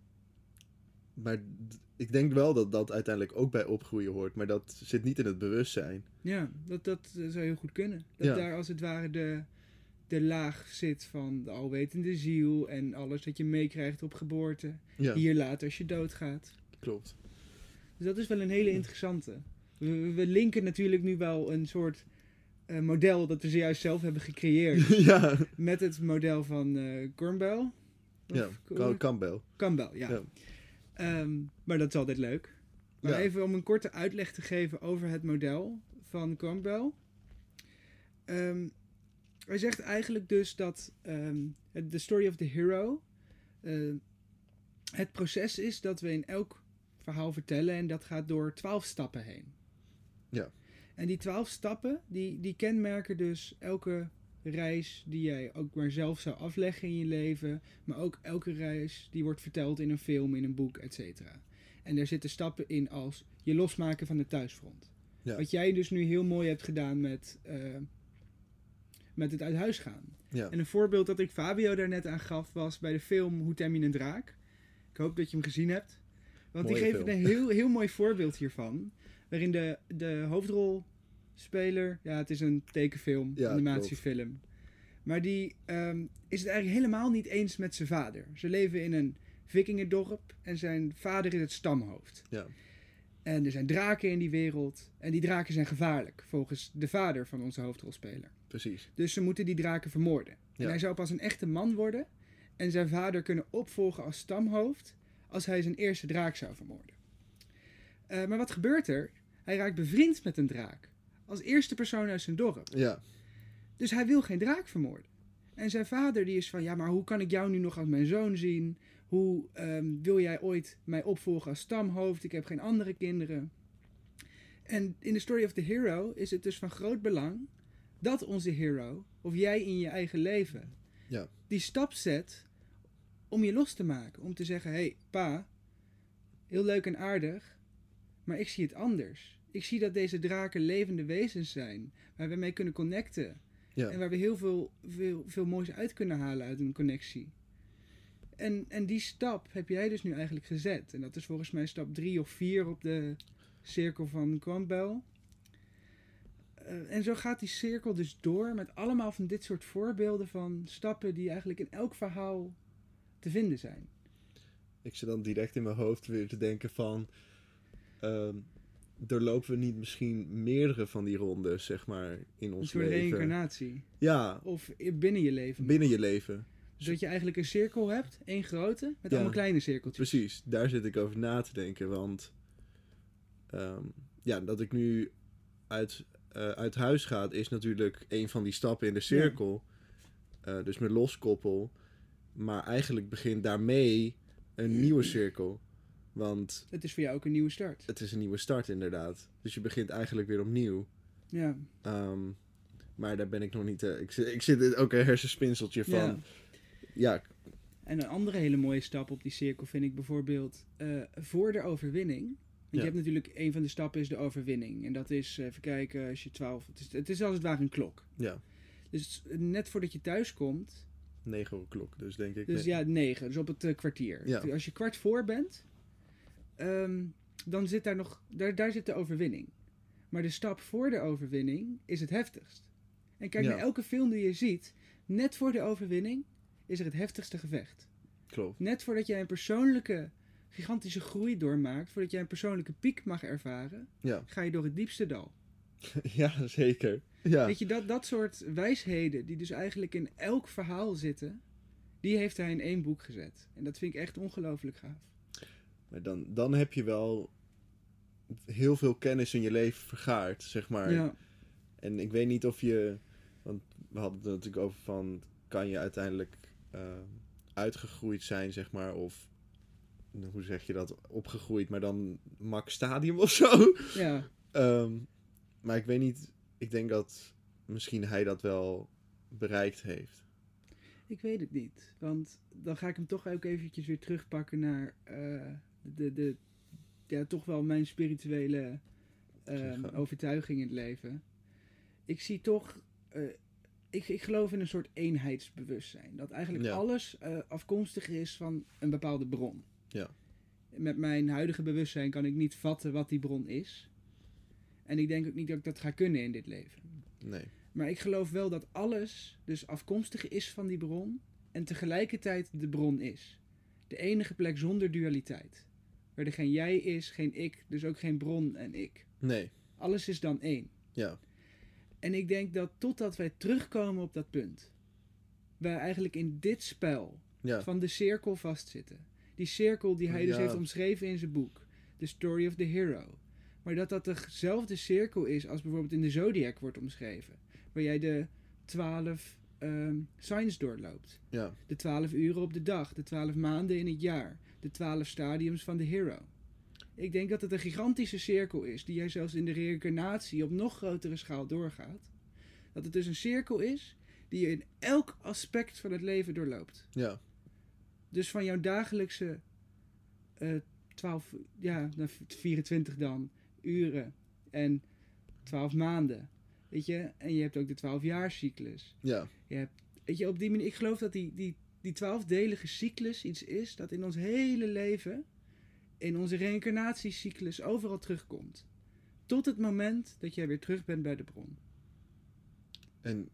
Maar d- ik denk wel dat dat uiteindelijk ook bij opgroeien hoort. Maar dat zit niet in het bewustzijn. Ja, dat, dat zou heel goed kunnen. Dat ja. daar als het ware de, de laag zit van de alwetende ziel. En alles dat je meekrijgt op geboorte. Ja. Hier later als je doodgaat. Klopt. Dus dat is wel een hele interessante. We, we linken natuurlijk nu wel een soort uh, model dat we zojuist zelf hebben gecreëerd. Ja. Met het model van uh, Campbell. Ja, Cam- Campbell. Campbell, ja. ja. Um, maar dat is altijd leuk. Maar ja. even om een korte uitleg te geven over het model van Campbell. Um, hij zegt eigenlijk dus dat um, The Story of the Hero uh, het proces is dat we in elk verhaal vertellen en dat gaat door twaalf stappen heen. Ja. En die twaalf stappen, die, die kenmerken dus elke reis die jij ook maar zelf zou afleggen in je leven, maar ook elke reis die wordt verteld in een film, in een boek, et cetera. En daar zitten stappen in als je losmaken van het thuisfront. Ja. Wat jij dus nu heel mooi hebt gedaan met, uh, met het uit huis gaan. Ja. En een voorbeeld dat ik Fabio daarnet aan gaf was bij de film Hoe tem je een draak. Ik hoop dat je hem gezien hebt. Want Mooie die geeft film. een heel, heel mooi voorbeeld hiervan. Waarin de, de hoofdrolspeler... Ja, het is een tekenfilm, ja, animatiefilm. Klopt. Maar die um, is het eigenlijk helemaal niet eens met zijn vader. Ze leven in een vikingendorp en zijn vader is het stamhoofd. Ja. En er zijn draken in die wereld. En die draken zijn gevaarlijk, volgens de vader van onze hoofdrolspeler. Precies. Dus ze moeten die draken vermoorden. Ja. En hij zou pas een echte man worden... en zijn vader kunnen opvolgen als stamhoofd als hij zijn eerste draak zou vermoorden. Uh, maar wat gebeurt er? Hij raakt bevriend met een draak. Als eerste persoon uit zijn dorp. Ja. Dus hij wil geen draak vermoorden. En zijn vader die is van, ja, maar hoe kan ik jou nu nog als mijn zoon zien? Hoe um, wil jij ooit mij opvolgen als stamhoofd? Ik heb geen andere kinderen. En in The Story of the Hero is het dus van groot belang dat onze hero, of jij in je eigen leven, ja. die stap zet om je los te maken. Om te zeggen, hé hey, pa, heel leuk en aardig, maar ik zie het anders. Ik zie dat deze draken levende wezens zijn, waar we mee kunnen connecten. Ja. En waar we heel veel, veel, veel moois uit kunnen halen uit een connectie. En, en die stap heb jij dus nu eigenlijk gezet. En dat is volgens mij stap drie of vier op de cirkel van Campbell. Uh, en zo gaat die cirkel dus door met allemaal van dit soort voorbeelden van stappen die eigenlijk in elk verhaal te vinden zijn. Ik zit dan direct in mijn hoofd weer te denken van... Uh, doorlopen we niet misschien meerdere van die rondes, zeg maar, in ons leven? Een soort leven? reïncarnatie. Ja. Of binnen je leven. Binnen je leven. Dus dat je eigenlijk een cirkel hebt, één grote, met ja, allemaal kleine cirkeltjes. Precies, daar zit ik over na te denken. Want um, ja, dat ik nu uit, uh, uit huis ga, is natuurlijk een van die stappen in de cirkel. Ja. Uh, dus met loskoppel. Maar eigenlijk begint daarmee een nieuwe cirkel. Want het is voor jou ook een nieuwe start. Het is een nieuwe start, inderdaad. Dus je begint eigenlijk weer opnieuw. Ja. Um, maar daar ben ik nog niet... Uh, ik, zit, ik zit ook een hersenspinseltje van... Ja. ja. En een andere hele mooie stap op die cirkel vind ik bijvoorbeeld... Uh, voor de overwinning. Want ja. je hebt natuurlijk... Een van de stappen is de overwinning. En dat is... Uh, even kijken, als je twaalf... Het is, het is als het ware een klok. Ja. Dus net voordat je thuis komt... Negen uur klok, dus denk ik. Dus nee. ja, negen. Dus op het uh, kwartier. Ja. Als je kwart voor bent... Um, dan zit daar nog... Daar, daar zit de overwinning. Maar de stap voor de overwinning is het heftigst. En kijk, ja. naar elke film die je ziet... Net voor de overwinning is er het heftigste gevecht. Klopt. Net voordat jij een persoonlijke, gigantische groei doormaakt... Voordat jij een persoonlijke piek mag ervaren... Ja. Ga je door het diepste dal. Ja, zeker. Ja. Weet je, dat, dat soort wijsheden... die dus eigenlijk in elk verhaal zitten... die heeft hij in één boek gezet. En dat vind ik echt ongelooflijk gaaf. Maar dan, dan heb je wel heel veel kennis in je leven vergaard, zeg maar. Ja. En ik weet niet of je... Want we hadden het natuurlijk over van... Kan je uiteindelijk uh, uitgegroeid zijn, zeg maar. Of, hoe zeg je dat? Opgegroeid, maar dan max stadium of zo. Ja. um, maar ik weet niet... Ik denk dat misschien hij dat wel bereikt heeft. Ik weet het niet. Want dan ga ik hem toch ook eventjes weer terugpakken naar... Uh, de, de, ja, toch wel mijn spirituele uh, overtuiging in het leven. Ik zie toch... Uh, ik, ik geloof in een soort eenheidsbewustzijn. Dat eigenlijk ja. alles uh, afkomstig is van een bepaalde bron. Ja. Met mijn huidige bewustzijn kan ik niet vatten wat die bron is. En ik denk ook niet dat ik dat ga kunnen in dit leven. Nee. Maar ik geloof wel dat alles dus afkomstig is van die bron... en tegelijkertijd de bron is. De enige plek zonder dualiteit. Waar er geen jij is, geen ik, dus ook geen bron en ik. Nee. Alles is dan één. Ja. En ik denk dat totdat wij terugkomen op dat punt... wij eigenlijk in dit spel ja. van de cirkel vastzitten. Die cirkel die hij dus ja. heeft omschreven in zijn boek. The Story of the Hero. Maar dat dat dezelfde cirkel is als bijvoorbeeld in de Zodiac wordt omschreven. Waar jij de twaalf um, signs doorloopt. Ja. De twaalf uren op de dag. De twaalf maanden in het jaar. De twaalf stadiums van de hero. Ik denk dat het een gigantische cirkel is. Die jij zelfs in de reïncarnatie op nog grotere schaal doorgaat. Dat het dus een cirkel is die je in elk aspect van het leven doorloopt. Ja. Dus van jouw dagelijkse uh, twaalf, ja, vierentwintig dan, uren en twaalf maanden. Weet je, en je hebt ook de twaalfjaarscyclus. Ja. Je hebt, weet je, op die manier, ik geloof dat die, die, die twaalfdelige cyclus iets is dat in ons hele leven, in onze reïncarnatiecyclus, overal terugkomt. Tot het moment dat jij weer terug bent bij de bron. En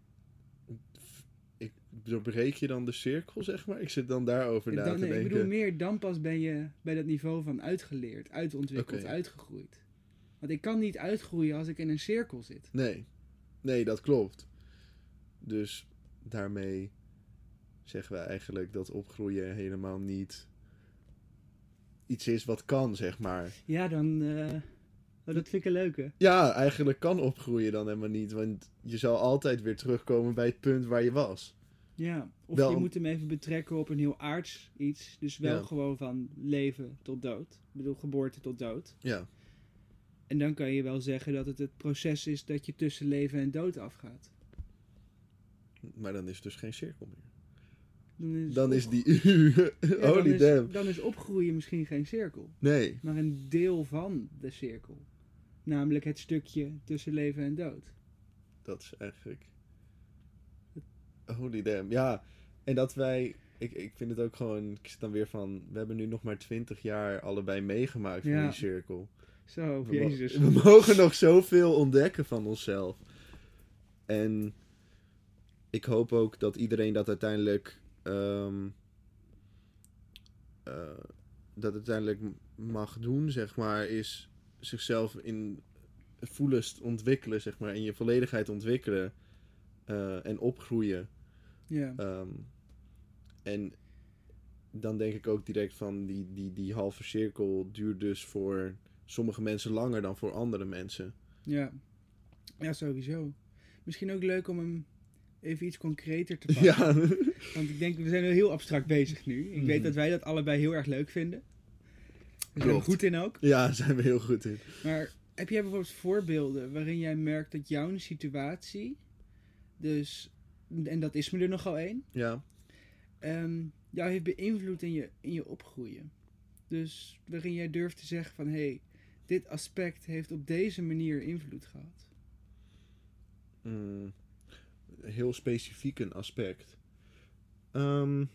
ik, doorbreek je dan de cirkel, zeg maar? Ik zit dan daarover na dan, te nee, denken. Ik bedoel meer, dan pas ben je bij dat niveau van uitgeleerd, uitontwikkeld, Okay. uitgegroeid. Want ik kan niet uitgroeien als ik in een cirkel zit. Nee, nee, dat klopt. Dus daarmee zeggen we eigenlijk dat opgroeien helemaal niet iets is wat kan, zeg maar. Ja, dan... Uh, oh, dat vind ik een leuke. Ja, eigenlijk kan opgroeien dan helemaal niet. Want je zal altijd weer terugkomen bij het punt waar je was. Ja, of wel, je moet hem even betrekken op een heel aards iets. Dus wel ja. gewoon van leven tot dood. Ik bedoel, geboorte tot dood. Ja. En dan kan je wel zeggen dat het het proces is dat je tussen leven en dood afgaat. Maar dan is het dus geen cirkel meer. Dan is, dan op... is die U. ja, Holy dan is, damn. Dan is opgroeien misschien geen cirkel. Nee. Maar een deel van de cirkel. Namelijk het stukje tussen leven en dood. Dat is eigenlijk... Holy damn. Ja, en dat wij... Ik, ik vind het ook gewoon... Ik zit dan weer van... We hebben nu nog maar twintig jaar allebei meegemaakt van ja. die cirkel. Zo, we jezus. Mo- we mogen nog zoveel ontdekken van onszelf. En... Ik hoop ook dat iedereen dat uiteindelijk... Um, uh, dat uiteindelijk mag doen, zeg maar, is zichzelf in voelest ontwikkelen, zeg maar, in je volledigheid ontwikkelen uh, en opgroeien. Ja. Um, en dan denk ik ook direct van die, die, die halve cirkel duurt dus voor sommige mensen langer dan voor andere mensen. Ja, ja sowieso. Misschien ook leuk om hem even iets concreter te pakken. Ja. Want ik denk, we zijn heel abstract bezig nu. Ik mm-hmm. weet dat wij dat allebei heel erg leuk vinden. Daar zijn we goed in ook. Ja, daar zijn we heel goed in. Maar heb jij bijvoorbeeld voorbeelden waarin jij merkt dat jouw situatie, dus, en dat is me er nogal één, ja. um, jou heeft beïnvloed in je, in je opgroeien. Dus waarin jij durft te zeggen van, hé, hey, dit aspect heeft op deze manier invloed gehad. Mm. Heel specifiek een aspect. Um,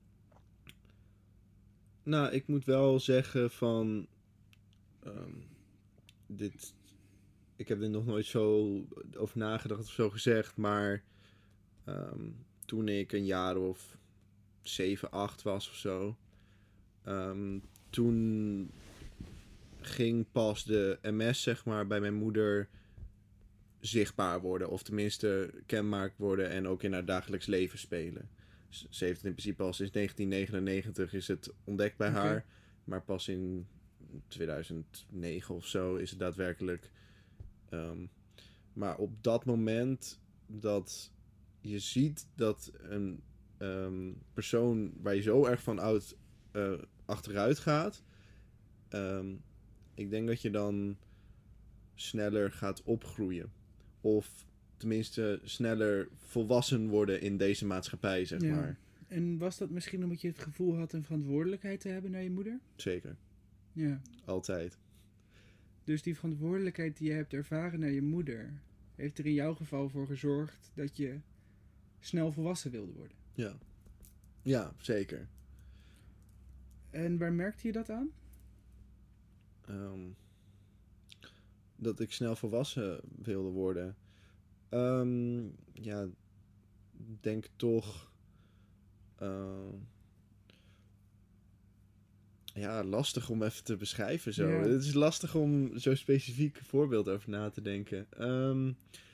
nou, ik moet wel zeggen van... Um, dit... Ik heb er nog nooit zo over nagedacht of zo gezegd, maar... Um, toen ik een jaar of zeven, acht was of zo... Um, toen ging pas de M S, zeg maar, bij mijn moeder... zichtbaar worden, of tenminste kenmerk worden en ook in haar dagelijks leven spelen. Ze heeft het in principe al sinds negentien negenennegentig is het ontdekt bij okay. haar, maar pas in tweeduizend negen of zo is het daadwerkelijk. Um, maar op dat moment dat je ziet dat een um, persoon waar je zo erg van oud uh, achteruit gaat, um, ik denk dat je dan sneller gaat opgroeien. Of tenminste sneller volwassen worden in deze maatschappij, zeg ja. maar. En was dat misschien omdat je het gevoel had een verantwoordelijkheid te hebben naar je moeder? Zeker. Ja. Altijd. Dus die verantwoordelijkheid die je hebt ervaren naar je moeder, heeft er in jouw geval voor gezorgd dat je snel volwassen wilde worden? Ja. Ja, zeker. En waar merkte je dat aan? Um... Dat ik snel volwassen wilde worden. Um, ja, denk toch... Uh, ja, lastig om even te beschrijven zo. Ja. Het is lastig om zo'n specifiek voorbeeld over na te denken. Um,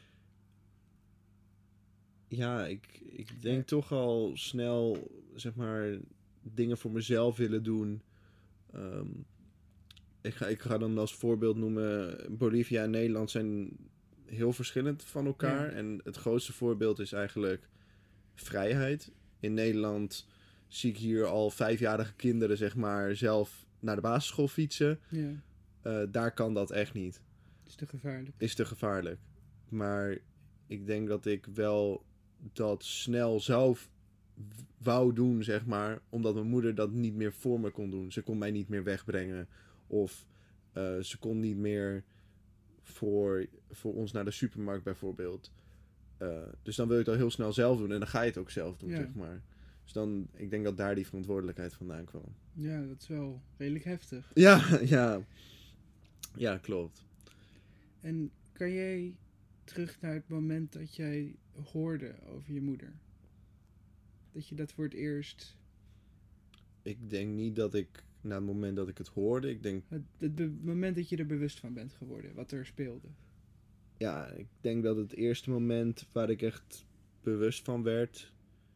ja, ik, ik denk ja. toch al snel, zeg maar, dingen voor mezelf willen doen. Um, Ik ga, ik ga dan als voorbeeld noemen... Bolivia en Nederland zijn heel verschillend van elkaar. Ja. En het grootste voorbeeld is eigenlijk vrijheid. In Nederland zie ik hier al vijfjarige kinderen, zeg maar, zelf naar de basisschool fietsen. Ja. Uh, daar kan dat echt niet. Is te gevaarlijk. Is te gevaarlijk. Maar ik denk dat ik wel dat snel zelf wou doen, zeg maar. Omdat mijn moeder dat niet meer voor me kon doen. Ze kon mij niet meer wegbrengen. Of uh, ze kon niet meer voor, voor ons naar de supermarkt bijvoorbeeld. Uh, dus dan wil je het al heel snel zelf doen. En dan ga je het ook zelf doen, ja. zeg maar. Dus dan, ik denk dat daar die verantwoordelijkheid vandaan kwam. Ja, dat is wel redelijk heftig. Ja, ja. Ja, klopt. En kan jij terug naar het moment dat jij hoorde over je moeder? Dat je dat voor het eerst... Ik denk niet dat ik... Na het moment dat ik het hoorde, ik denk... Het, het be- moment dat je er bewust van bent geworden, wat er speelde. Ja, ik denk dat het eerste moment waar ik echt bewust van werd,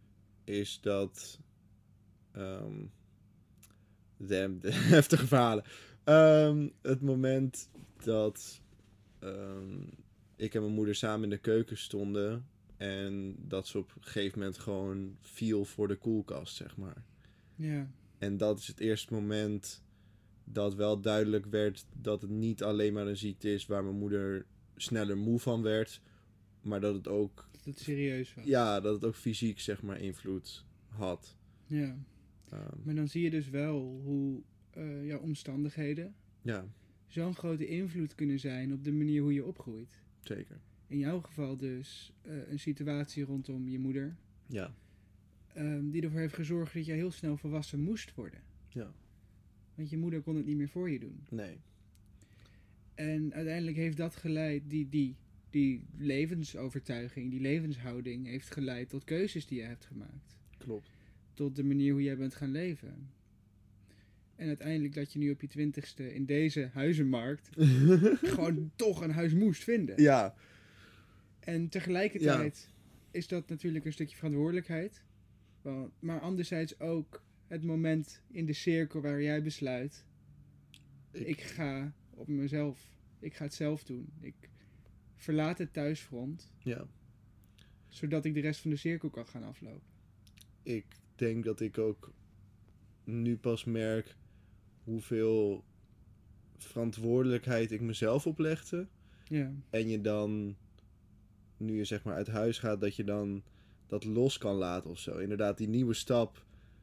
is dat... Um, damn, de heftige verhalen. Um, het moment dat um, ik en mijn moeder samen in de keuken stonden... en dat ze op een gegeven moment gewoon viel voor de koelkast, zeg maar. Ja. En dat is het eerste moment dat wel duidelijk werd dat het niet alleen maar een ziekte is waar mijn moeder sneller moe van werd, maar dat het ook... Dat het serieus was. Ja, dat het ook fysiek, zeg maar, invloed had. Ja. Um, Maar dan zie je dus wel hoe uh, jouw omstandigheden ja, zo'n grote invloed kunnen zijn op de manier hoe je opgroeit. zeker. In jouw geval dus uh, een situatie rondom je moeder. Ja. Um, die ervoor heeft gezorgd dat je heel snel volwassen moest worden. Ja. Want je moeder kon het niet meer voor je doen. Nee. En uiteindelijk heeft dat geleid, die, die, die levensovertuiging, die levenshouding, heeft geleid tot keuzes die je hebt gemaakt. Klopt. Tot de manier hoe jij bent gaan leven. En uiteindelijk dat je nu op je twintigste in deze huizenmarkt gewoon toch een huis moest vinden. Ja. En tegelijkertijd ja. is dat natuurlijk een stukje verantwoordelijkheid. Maar anderzijds ook het moment in de cirkel waar jij besluit... Ik, ik ga op mezelf, ik ga het zelf doen. Ik verlaat het thuisfront. Ja. Zodat ik de rest van de cirkel kan gaan aflopen. Ik denk dat ik ook nu pas merk hoeveel verantwoordelijkheid ik mezelf oplegde. Ja. En je dan, nu je zeg maar uit huis gaat, dat je dan dat los kan laten of zo. Inderdaad, die nieuwe stap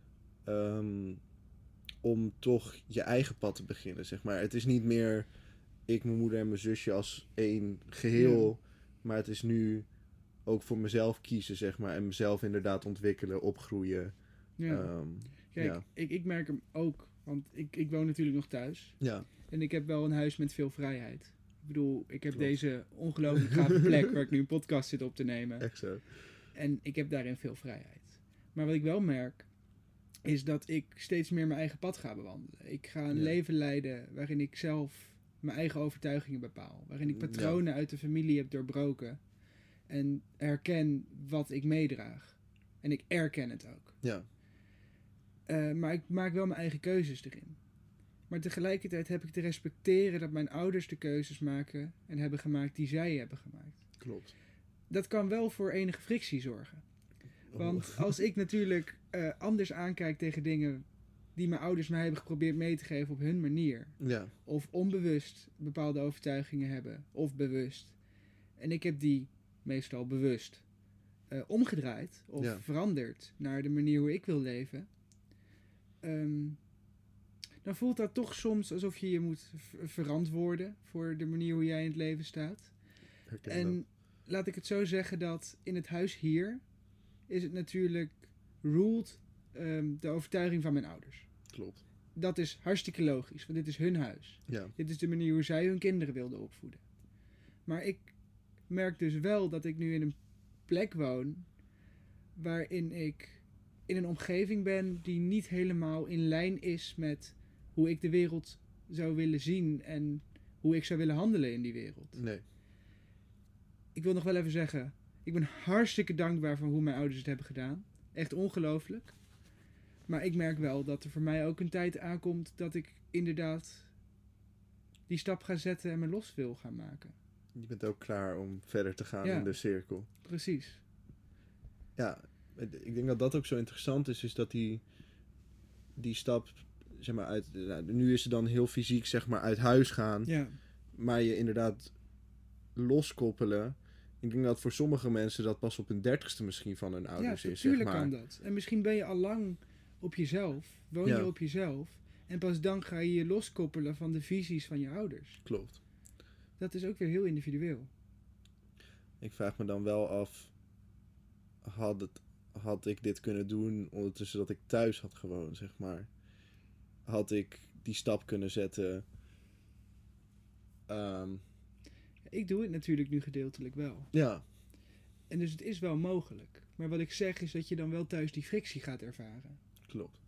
um, om toch je eigen pad te beginnen, zeg maar. Het is niet meer ik, mijn moeder en mijn zusje als één geheel. Ja. Maar het is nu ook voor mezelf kiezen, zeg maar. En mezelf inderdaad ontwikkelen, opgroeien. Ja. Um, Kijk, ja. ik, ik merk hem ook. Want ik, ik woon natuurlijk nog thuis. Ja. En ik heb wel een huis met veel vrijheid. Ik bedoel, ik heb Klopt. Deze ongelooflijk gave plek waar ik nu een podcast zit op te nemen. Echt zo. En ik heb daarin veel vrijheid. Maar wat ik wel merk, is dat ik steeds meer mijn eigen pad ga bewandelen. Ik ga een Ja. leven leiden waarin ik zelf mijn eigen overtuigingen bepaal. Waarin ik patronen Ja. uit de familie heb doorbroken. En herken wat ik meedraag. En ik erken het ook. Ja. Uh, maar ik maak wel mijn eigen keuzes erin. Maar tegelijkertijd heb ik te respecteren dat mijn ouders de keuzes maken en hebben gemaakt die zij hebben gemaakt. Klopt. Dat kan wel voor enige frictie zorgen. Want oh. als ik natuurlijk uh, anders aankijk tegen dingen die mijn ouders mij hebben geprobeerd mee te geven op hun manier. Ja. Of onbewust bepaalde overtuigingen hebben. Of bewust. En ik heb die meestal bewust uh, omgedraaid of ja. veranderd naar de manier hoe ik wil leven. Um, dan voelt dat toch soms alsof je je moet v- verantwoorden voor de manier hoe jij in het leven staat. Herken en dat. Laat ik het zo zeggen dat in het huis hier is het natuurlijk ruled um, de overtuiging van mijn ouders. Klopt. Dat is hartstikke logisch, want dit is hun huis. Ja. Dit is de manier hoe zij hun kinderen wilden opvoeden. Maar ik merk dus wel dat ik nu in een plek woon waarin ik in een omgeving ben die niet helemaal in lijn is met hoe ik de wereld zou willen zien en hoe ik zou willen handelen in die wereld. Nee. Ik wil nog wel even zeggen, ik ben hartstikke dankbaar voor hoe mijn ouders het hebben gedaan. Echt ongelooflijk. Maar ik merk wel dat er voor mij ook een tijd aankomt dat ik inderdaad die stap ga zetten en me los wil gaan maken. Je bent ook klaar om verder te gaan ja, in de cirkel. Precies. Ja, ik denk dat dat ook zo interessant is, is dat die, die stap, zeg maar, uit, nou, nu is het dan heel fysiek, zeg maar, uit huis gaan. Ja. Maar je inderdaad loskoppelen. Ik denk dat voor sommige mensen dat pas op hun dertigste misschien van hun ouders ja, is, zeg maar. Ja, natuurlijk kan dat. En misschien ben je al lang op jezelf, woon ja. je op jezelf. En pas dan ga je je loskoppelen van de visies van je ouders. Klopt. Dat is ook weer heel individueel. Ik vraag me dan wel af, had, het, had ik dit kunnen doen ondertussen dat ik thuis had gewoond, zeg maar. Had ik die stap kunnen zetten? Um, ik doe het natuurlijk nu gedeeltelijk wel. Ja. En dus het is wel mogelijk. Maar wat ik zeg is dat je dan wel thuis die frictie gaat ervaren. Klopt.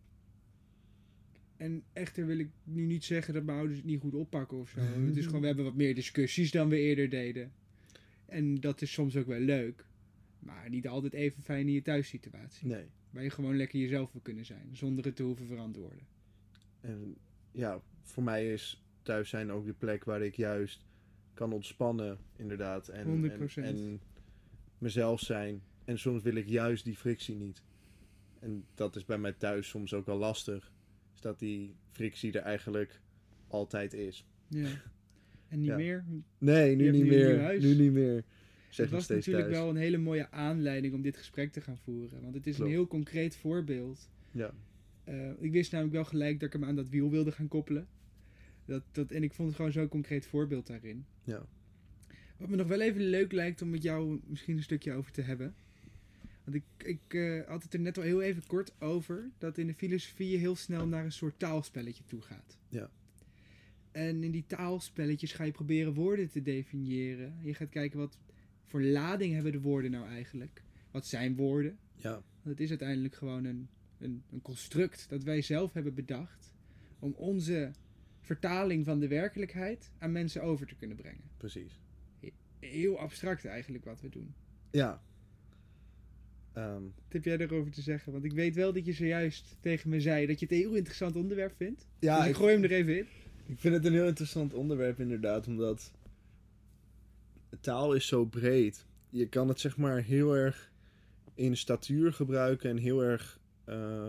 En echter wil ik nu niet zeggen dat mijn ouders het niet goed oppakken of zo. Het is gewoon, we hebben wat meer discussies dan we eerder deden. En dat is soms ook wel leuk. Maar niet altijd even fijn in je thuissituatie. Nee. Waar je gewoon lekker jezelf wil kunnen zijn. Zonder het te hoeven verantwoorden. En ja, voor mij is thuis zijn ook de plek waar ik juist kan ontspannen, inderdaad. En, honderd procent. En, en mezelf zijn. En soms wil ik juist die frictie niet. En dat is bij mij thuis soms ook wel lastig. Is dat die frictie er eigenlijk altijd is. Ja. En niet Ja. meer. Nee, nu hebt niet nu een nieuw meer. huis. Nu niet meer. Zeg Het nog was steeds natuurlijk thuis. wel een hele mooie aanleiding om dit gesprek te gaan voeren. Want het is Klopt. een heel concreet voorbeeld. Ja, Uh, ik wist namelijk wel gelijk dat ik hem aan dat wiel wilde gaan koppelen. Dat, dat, en ik vond het gewoon zo'n concreet voorbeeld daarin. ja. Wat me nog wel even leuk lijkt om met jou misschien een stukje over te hebben. Want ik, ik uh, had het er net al heel even kort over. Dat in de filosofie je heel snel naar een soort taalspelletje toe gaat. Ja. En in die taalspelletjes ga je proberen woorden te definiëren. Je gaat kijken wat voor lading hebben de woorden nou eigenlijk. Wat zijn woorden? Ja, Want het is uiteindelijk gewoon een, een, een construct dat wij zelf hebben bedacht. Om onze vertaling van de werkelijkheid aan mensen over te kunnen brengen. precies. Heel abstract eigenlijk wat we doen. Ja. Ehm, Wat heb jij daarover te zeggen? Want ik weet wel dat je zojuist tegen me zei dat je het een heel interessant onderwerp vindt. ja, dus ik ik, gooi hem er even in. ik vind het een heel interessant onderwerp inderdaad, omdat taal is zo breed. Je kan het zeg maar heel erg in statuur gebruiken en heel erg, uh,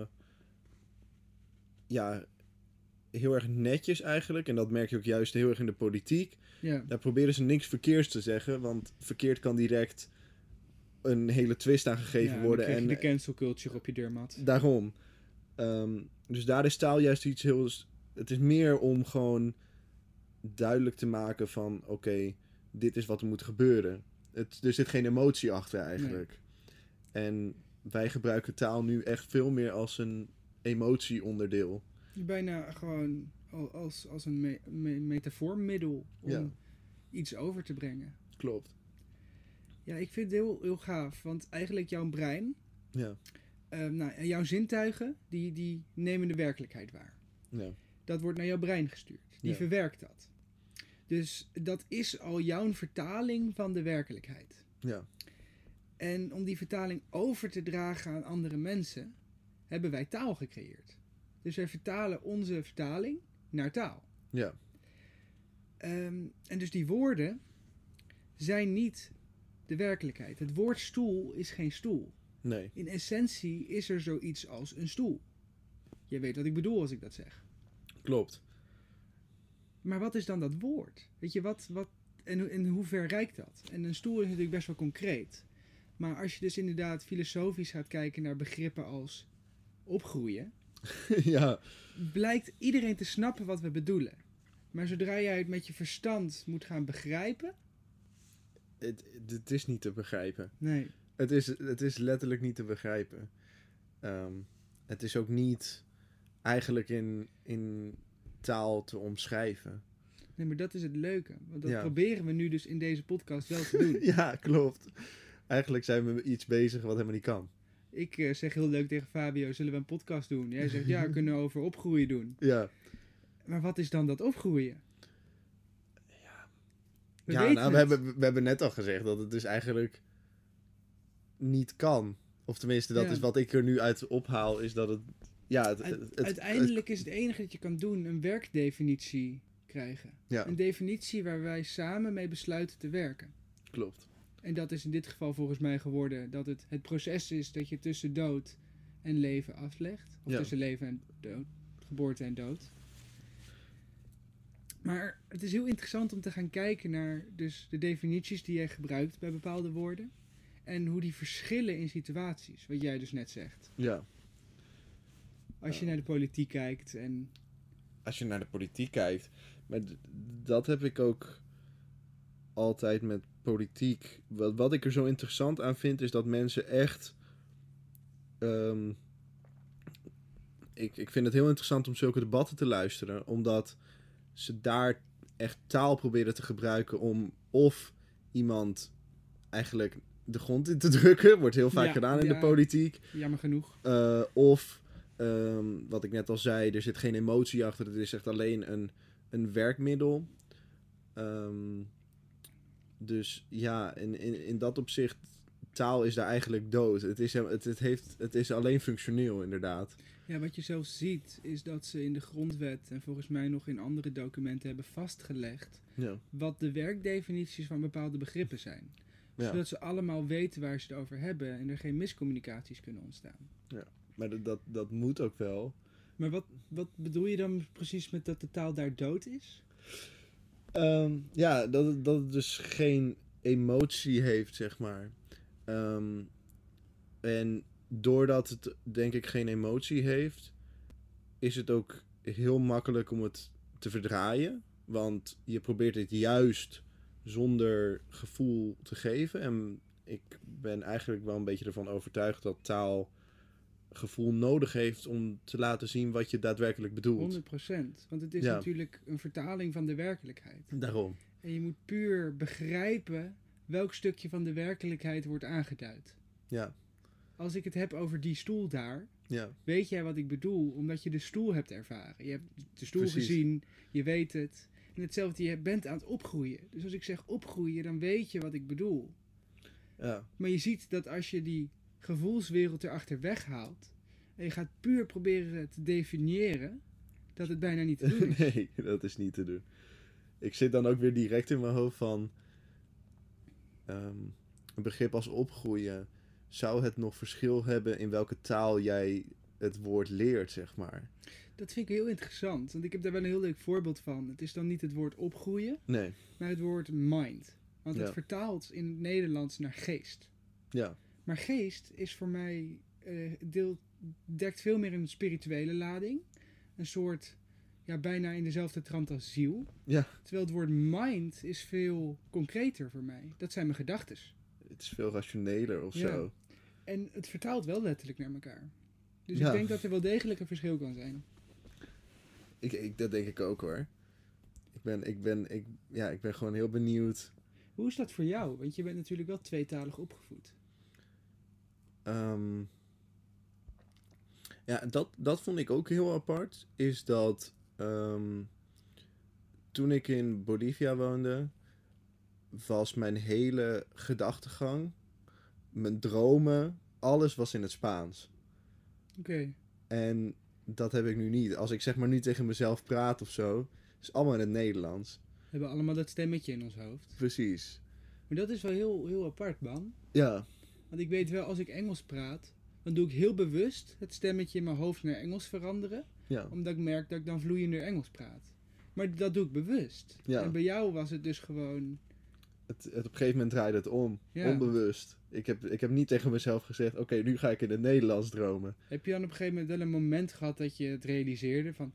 ja, heel erg netjes eigenlijk. En dat merk je ook juist heel erg in de politiek. Ja. Daar proberen ze niks verkeerds te zeggen, want verkeerd kan direct een hele twist aan gegeven ja, worden. Dan krijg je En de cancel culture op je deurmat. daarom. Um, dus daar is taal juist iets heel... Het is meer om gewoon duidelijk te maken van... Oké, okay, dit is wat er moet gebeuren. Het, er zit geen emotie achter eigenlijk. Nee. En wij gebruiken taal nu echt veel meer als een emotieonderdeel. Bijna gewoon als, als een me, me, metafoormiddel om ja. iets over te brengen. Klopt. Ja, ik vind het heel, heel gaaf. Want eigenlijk jouw brein... Ja. Uh, nou, jouw zintuigen, die, die nemen de werkelijkheid waar. Ja. Dat wordt naar jouw brein gestuurd. Die ja. verwerkt dat. Dus dat is al jouw vertaling van de werkelijkheid. Ja. En om die vertaling over te dragen aan andere mensen, hebben wij taal gecreëerd. Dus wij vertalen onze vertaling naar taal. Ja. Um, en dus die woorden zijn niet de werkelijkheid. Het woord stoel is geen stoel. Nee. In essentie is er zoiets als een stoel. Je weet wat ik bedoel als ik dat zeg. Klopt. Maar wat is dan dat woord? Weet je, wat, wat en, en hoe ver reikt dat? En een stoel is natuurlijk best wel concreet. Maar als je dus inderdaad filosofisch gaat kijken naar begrippen als opgroeien... ja. blijkt iedereen te snappen wat we bedoelen. Maar zodra jij het met je verstand moet gaan begrijpen... Het, het is niet te begrijpen. Nee. Het is, het is letterlijk niet te begrijpen. Um, het is ook niet eigenlijk in, in taal te omschrijven. Nee, maar dat is het leuke. Want dat ja. proberen we nu dus in deze podcast wel te doen. ja, klopt. Eigenlijk zijn we met iets bezig wat helemaal niet kan. Ik uh, zeg heel leuk tegen Fabio, zullen we een podcast doen? Jij zegt, ja, we kunnen over opgroeien doen. Ja. Maar wat is dan dat opgroeien? Ja, we, ja nou, we, hebben, we hebben net al gezegd dat het dus eigenlijk niet kan. Of tenminste, dat ja. is wat ik er nu uit ophaal, is dat het... Ja, het, Uit, het, uiteindelijk het, is het enige dat je kan doen een werkdefinitie krijgen. Ja. Een definitie waar wij samen mee besluiten te werken. Klopt. En dat is in dit geval volgens mij geworden dat het het proces is dat je tussen dood en leven aflegt. Of ja. tussen leven en dood. Geboorte en dood. Maar het is heel interessant om te gaan kijken naar dus de definities die jij gebruikt bij bepaalde woorden. En hoe die verschillen in situaties, wat jij dus net zegt. Ja. Als je ja. naar de politiek kijkt en... Als je naar de politiek kijkt. Maar d- dat heb ik ook altijd met politiek. Wat, wat ik er zo interessant aan vind, is dat mensen echt... Um, ik, ik vind het heel interessant om zulke debatten te luisteren. Omdat ze daar echt taal proberen te gebruiken om of iemand eigenlijk de grond in te drukken. Wordt heel vaak ja, gedaan in ja, de politiek. Jammer genoeg. Uh, of, um, wat ik net al zei, er zit geen emotie achter. Het is echt alleen een, een werkmiddel. Um, dus ja, in, in, in dat opzicht, taal is daar eigenlijk dood. Het is, het, het, heeft, het is alleen functioneel, inderdaad. Ja, wat je zelfs ziet is dat ze in de grondwet en volgens mij nog in andere documenten hebben vastgelegd Ja. wat de werkdefinities van bepaalde begrippen zijn. Ja. Zodat ze allemaal weten waar ze het over hebben en er geen miscommunicaties kunnen ontstaan. Maar dat, dat, dat moet ook wel. Maar wat, wat bedoel je dan precies met dat de taal daar dood is? Um, ja, dat het, dat het dus geen emotie heeft, zeg maar. Um, en doordat het, denk ik, geen emotie heeft, is het ook heel makkelijk om het te verdraaien. Want je probeert het juist zonder gevoel te geven. En ik ben eigenlijk wel een beetje ervan overtuigd dat taal gevoel nodig heeft om te laten zien wat je daadwerkelijk bedoelt. honderd procent. Want het is Ja. natuurlijk een vertaling van de werkelijkheid. Daarom. En je moet puur begrijpen welk stukje van de werkelijkheid wordt aangeduid. Ja, Als ik het heb over die stoel daar, ja, weet jij wat ik bedoel, omdat je de stoel hebt ervaren. Je hebt de stoel Precies. gezien, je weet het. En hetzelfde, je bent aan het opgroeien. Dus als ik zeg opgroeien, dan weet je wat ik bedoel. ja. Maar je ziet dat als je die gevoelswereld erachter weghaalt en je gaat puur proberen te definiëren, dat het bijna niet te doen is. Nee, dat is niet te doen. Ik zit dan ook weer direct in mijn hoofd van ehm, een begrip als opgroeien. Zou het nog verschil hebben in welke taal jij het woord leert, zeg maar? Dat vind ik heel interessant, want ik heb daar wel een heel leuk voorbeeld van. Het is dan niet het woord opgroeien, Nee, maar het woord mind. Want het Ja. vertaalt in het Nederlands naar geest. ja, Maar geest is voor mij, eh, deel, dekt veel meer een spirituele lading. Een soort, ja, bijna in dezelfde trant als ziel. ja. Terwijl het woord mind is veel concreter voor mij. Dat zijn mijn gedachtes. Het is veel rationeler of Ja. zo. En het vertaalt wel letterlijk naar elkaar. Dus Ja. ik denk dat er wel degelijk een verschil kan zijn. Ik, ik, dat denk ik ook hoor. Ik ben, ik, ben, ik, ja, ik ben gewoon heel benieuwd. Hoe is dat voor jou? Want je bent natuurlijk wel tweetalig opgevoed. Ehm, ja, dat, dat vond ik ook heel apart. Is dat ehm, toen ik in Bolivia woonde, was mijn hele gedachtegang, mijn dromen, alles was in het Spaans. Oké. En dat heb ik nu niet. Als ik zeg maar nu tegen mezelf praat of zo, is allemaal in het Nederlands. We hebben allemaal dat stemmetje in ons hoofd. Precies. Maar dat is wel heel, heel apart, man. Ja, Want ik weet wel, als ik Engels praat, dan doe ik heel bewust het stemmetje in mijn hoofd naar Engels veranderen. ja, Omdat ik merk dat ik dan vloeiender Engels praat. Maar dat doe ik bewust. Ja. En bij jou was het dus gewoon... het, het, op een gegeven moment draaide het om. Ja. Onbewust. Ik heb, ik heb niet tegen mezelf gezegd, oké, nu ga ik in het Nederlands dromen. Heb je dan op een gegeven moment wel een moment gehad dat je het realiseerde van...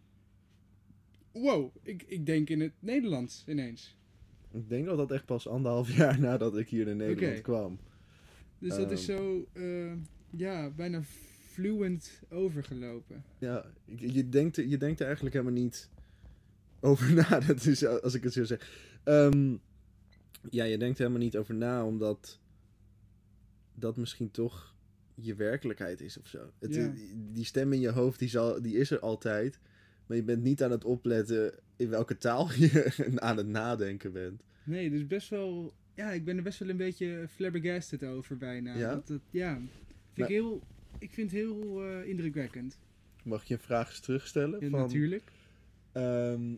Wow, ik, ik denk in het Nederlands ineens. Ik denk dat dat echt pas anderhalf jaar nadat ik hier in Nederland Oké. kwam. Dus dat is Ehm. zo, eh, ja, bijna fluent overgelopen. Ja, je, je, denkt, er- je denkt er eigenlijk helemaal niet over na. Dat is, als ik het zo zeg. Ehm, ja, je denkt er helemaal niet over na, omdat dat misschien toch je werkelijkheid is of zo. Het, Ja. Die stem in je hoofd, die, zal, die is er altijd. Maar je bent niet aan het opletten in welke taal je aan het nadenken bent. Nee, dus best wel... Ja, ik ben er best wel een beetje flabbergasted over bijna. Ja? Dat, dat, ja, vind Nou. ik, heel, ik vind het heel eh, indrukwekkend. Mag ik je een vraag eens terugstellen? Ja, Van, natuurlijk. ehm,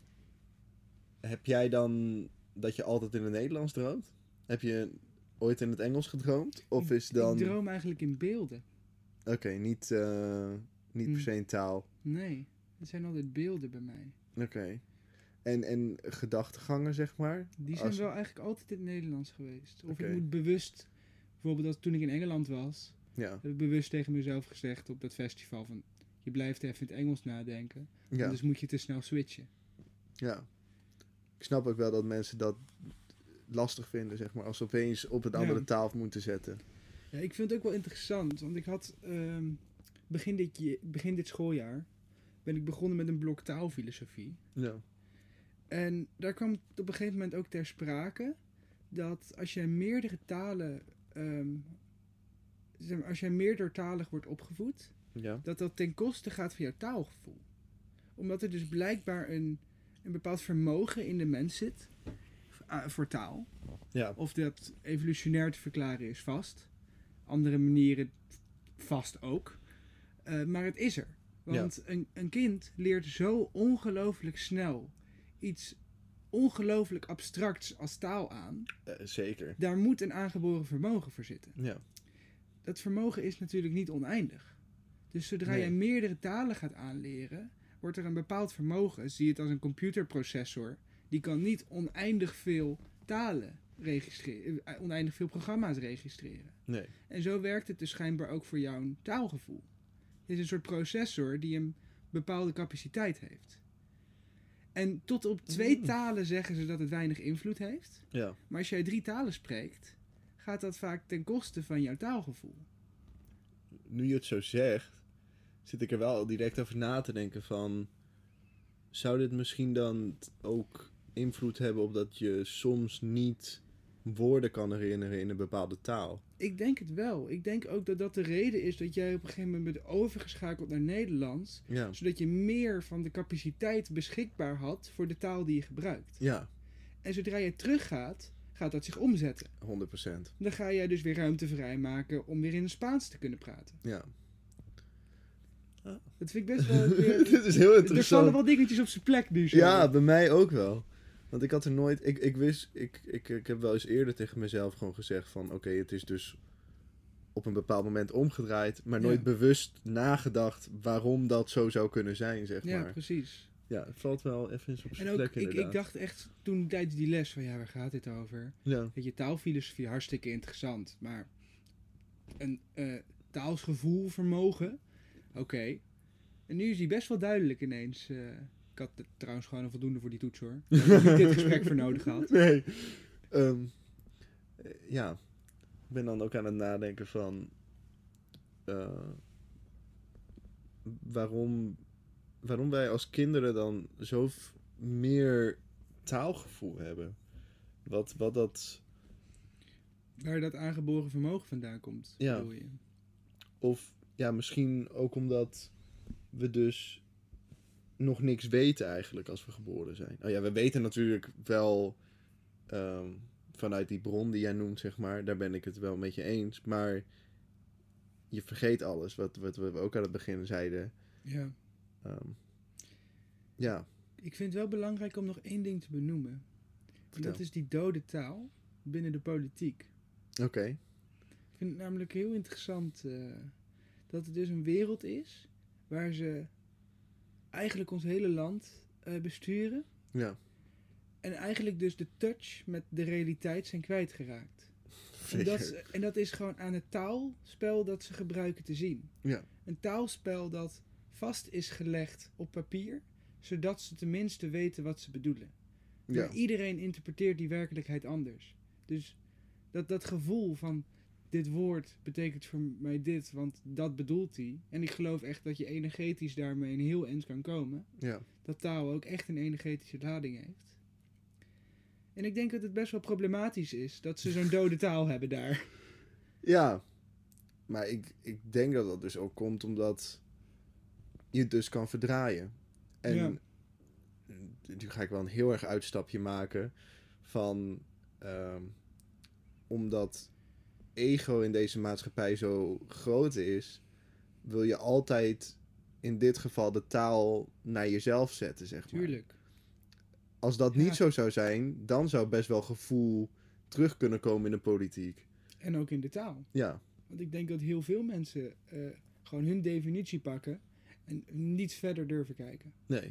heb jij dan dat je altijd in het Nederlands droomt? Heb je ooit in het Engels gedroomd? Of is dan... Ik droom eigenlijk in beelden. Oké, niet, eh, niet per Hm. se in taal. Nee, het zijn altijd beelden bij mij. Oké. En, en gedachtegangen, zeg maar? Die zijn Als- wel eigenlijk altijd in het Nederlands geweest. Of Oké. ik moet bewust... Bijvoorbeeld als toen ik in Engeland was... Ja. heb ik bewust tegen mezelf gezegd op dat festival van... Je blijft even in het Engels nadenken. Ja. Dus moet je te snel switchen. ja. Ik snap ook wel dat mensen dat lastig vinden, zeg maar. Als ze opeens op het andere Ja. taal moeten zetten. Ja, ik vind het ook wel interessant. Want ik had ehm, begin, dit, je- begin dit schooljaar... ben ik begonnen met een blok taalfilosofie. Ja. En daar kwam het op een gegeven moment ook ter sprake... dat als je meerdere talen... ehm, zeg maar, als jij meerdertalig wordt opgevoed... Ja. dat dat ten koste gaat van jouw taalgevoel. Omdat er dus blijkbaar een, een bepaald vermogen in de mens zit... ah, voor taal. Ja. Of dat evolutionair te verklaren is vast. andere manieren vast ook. Uh, maar het is er. Want ja. een, een kind leert zo ongelooflijk snel iets ongelooflijk abstracts als taal aan. Uh, zeker. Daar moet een aangeboren vermogen voor zitten. Ja. Dat vermogen is natuurlijk niet oneindig. Dus zodra nee. je meerdere talen gaat aanleren, wordt er een bepaald vermogen. Zie het als een computerprocessor. Die kan niet oneindig veel talen registreren, oneindig veel programma's registreren. Nee. En zo werkt het dus schijnbaar ook voor jouw taalgevoel. Het is een soort processor die een bepaalde capaciteit heeft. En tot op twee talen zeggen ze dat het weinig invloed heeft. Ja. Maar als jij drie talen spreekt, gaat dat vaak ten koste van jouw taalgevoel. Nu je het zo zegt, zit ik er wel direct over na te denken van, zou dit misschien dan ook invloed hebben op dat je soms niet woorden kan herinneren in een bepaalde taal? Ik denk het wel. Ik denk ook dat dat de reden is dat jij op een gegeven moment bent overgeschakeld naar Nederlands. Ja. Zodat je meer van de capaciteit beschikbaar had voor de taal die je gebruikt. Ja. En zodra je teruggaat, gaat dat zich omzetten. honderd procent. Dan ga jij dus weer ruimte vrijmaken om weer in het Spaans te kunnen praten. Ja. Ah. Dat vind ik best wel... Weer, Dit is heel interessant. Er vallen wel dingetjes op zijn plek nu. Zo. Ja, bij mij ook wel. Want ik had er nooit... Ik, ik wist... Ik, ik, ik heb wel eens eerder tegen mezelf gewoon gezegd van... Oké, okay, het is dus op een bepaald moment omgedraaid. Maar nooit ja. bewust nagedacht waarom dat zo zou kunnen zijn, zeg ja, maar. Ja, precies. Ja, het valt wel even op zijn en ook, plek ik, inderdaad. ik dacht echt toen tijdens die les van... Ja, waar gaat dit over? Ja. Weet je, taalfilosofie, hartstikke interessant. Maar een uh, taalsgevoel, vermogen... Oké. Okay. En nu is die best wel duidelijk ineens... Uh, Ik had er trouwens gewoon een voldoende voor die toets, hoor. Ik heb niet dit gesprek voor nodig gehad. Nee. Um, ja. Ik ben dan ook aan het nadenken van... Uh, waarom, waarom wij als kinderen dan zo f- meer taalgevoel hebben. Wat, wat dat... Waar dat aangeboren vermogen vandaan komt, ja. bedoel je? Of ja, misschien ook omdat we dus... nog niks weten eigenlijk als we geboren zijn. Oh ja, we weten natuurlijk wel um, vanuit die bron die jij noemt, zeg maar, daar ben ik het wel met je eens, maar je vergeet alles, wat, wat we ook aan het begin zeiden. Ja. Um, ja. Ik vind het wel belangrijk om nog één ding te benoemen. En dat is die dode taal binnen de politiek. Oké. Okay. Ik vind het namelijk heel interessant uh, dat het dus een wereld is waar ze eigenlijk ons hele land uh, besturen. Ja. En eigenlijk dus de touch met de realiteit zijn kwijtgeraakt. En dat, en dat is gewoon aan het taalspel dat ze gebruiken te zien. Ja. Een taalspel dat vast is gelegd op papier, zodat ze tenminste weten wat ze bedoelen. Maar ja. Iedereen interpreteert die werkelijkheid anders. Dus dat, dat gevoel van... dit woord betekent voor mij dit, want dat bedoelt hij. En ik geloof echt dat je energetisch daarmee een heel eind kan komen. Ja. Dat taal ook echt een energetische lading heeft. En ik denk dat het best wel problematisch is dat ze zo'n dode taal hebben daar. Ja, maar ik, ik denk dat dat dus ook komt omdat je het dus kan verdraaien. En ja. Nu ga ik wel een heel erg uitstapje maken van... Um, omdat... ego in deze maatschappij zo groot is, wil je altijd in dit geval de taal naar jezelf zetten, zeg maar. Tuurlijk. Als dat ja. niet zo zou zijn, dan zou best wel gevoel terug kunnen komen in de politiek. En ook in de taal. Ja. Want ik denk dat heel veel mensen uh, gewoon hun definitie pakken en niet verder durven kijken. Nee.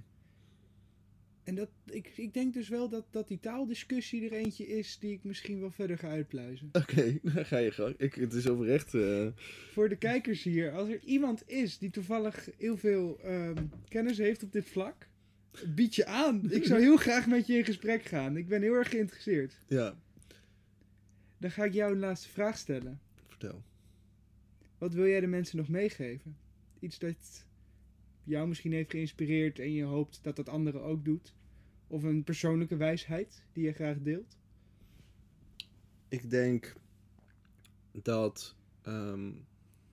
En dat, ik, ik denk dus wel dat, dat die taaldiscussie er eentje is die ik misschien wel verder ga uitpluizen. Oké, okay, dan ga je gang. Ik, het is oprecht... Uh... Voor de kijkers hier, als er iemand is die toevallig heel veel um, kennis heeft op dit vlak, bied je aan. Ik zou heel graag met je in gesprek gaan. Ik ben heel erg geïnteresseerd. Ja. Dan ga ik jou een laatste vraag stellen. Vertel. Wat wil jij de mensen nog meegeven? Iets dat... jou misschien heeft geïnspireerd en je hoopt dat dat anderen ook doet? Of een persoonlijke wijsheid die je graag deelt? Ik denk dat um,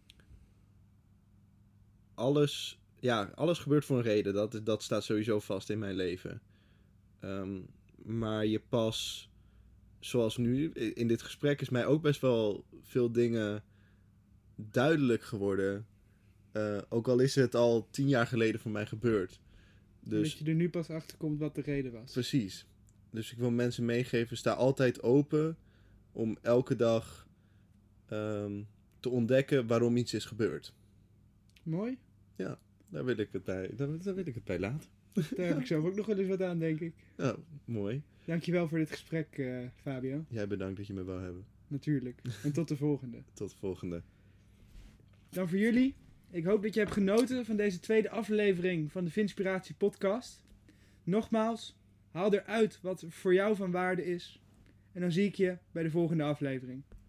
alles, ja, alles gebeurt voor een reden. Dat, dat staat sowieso vast in mijn leven. Um, maar je pas, zoals nu, in dit gesprek is mij ook best wel veel dingen duidelijk geworden. Uh, ook al is het al tien jaar geleden voor mij gebeurd. Dus, dat je er nu pas achter komt wat de reden was. Precies. Dus ik wil mensen meegeven, sta altijd open om elke dag um, te ontdekken waarom iets is gebeurd. Mooi. Ja, daar wil ik het bij, daar, daar wil ik het bij laten. Daar heb ik zelf ook nog wel eens wat aan, denk ik. Ja, mooi. Dankjewel voor dit gesprek, uh, Fabio. Jij bedankt dat je me wou hebben. Natuurlijk. En tot de volgende. Tot de volgende. Dan voor jullie. Ik hoop dat je hebt genoten van deze tweede aflevering van de Vinspiratie podcast. Nogmaals, haal eruit wat voor jou van waarde is. En dan zie ik je bij de volgende aflevering.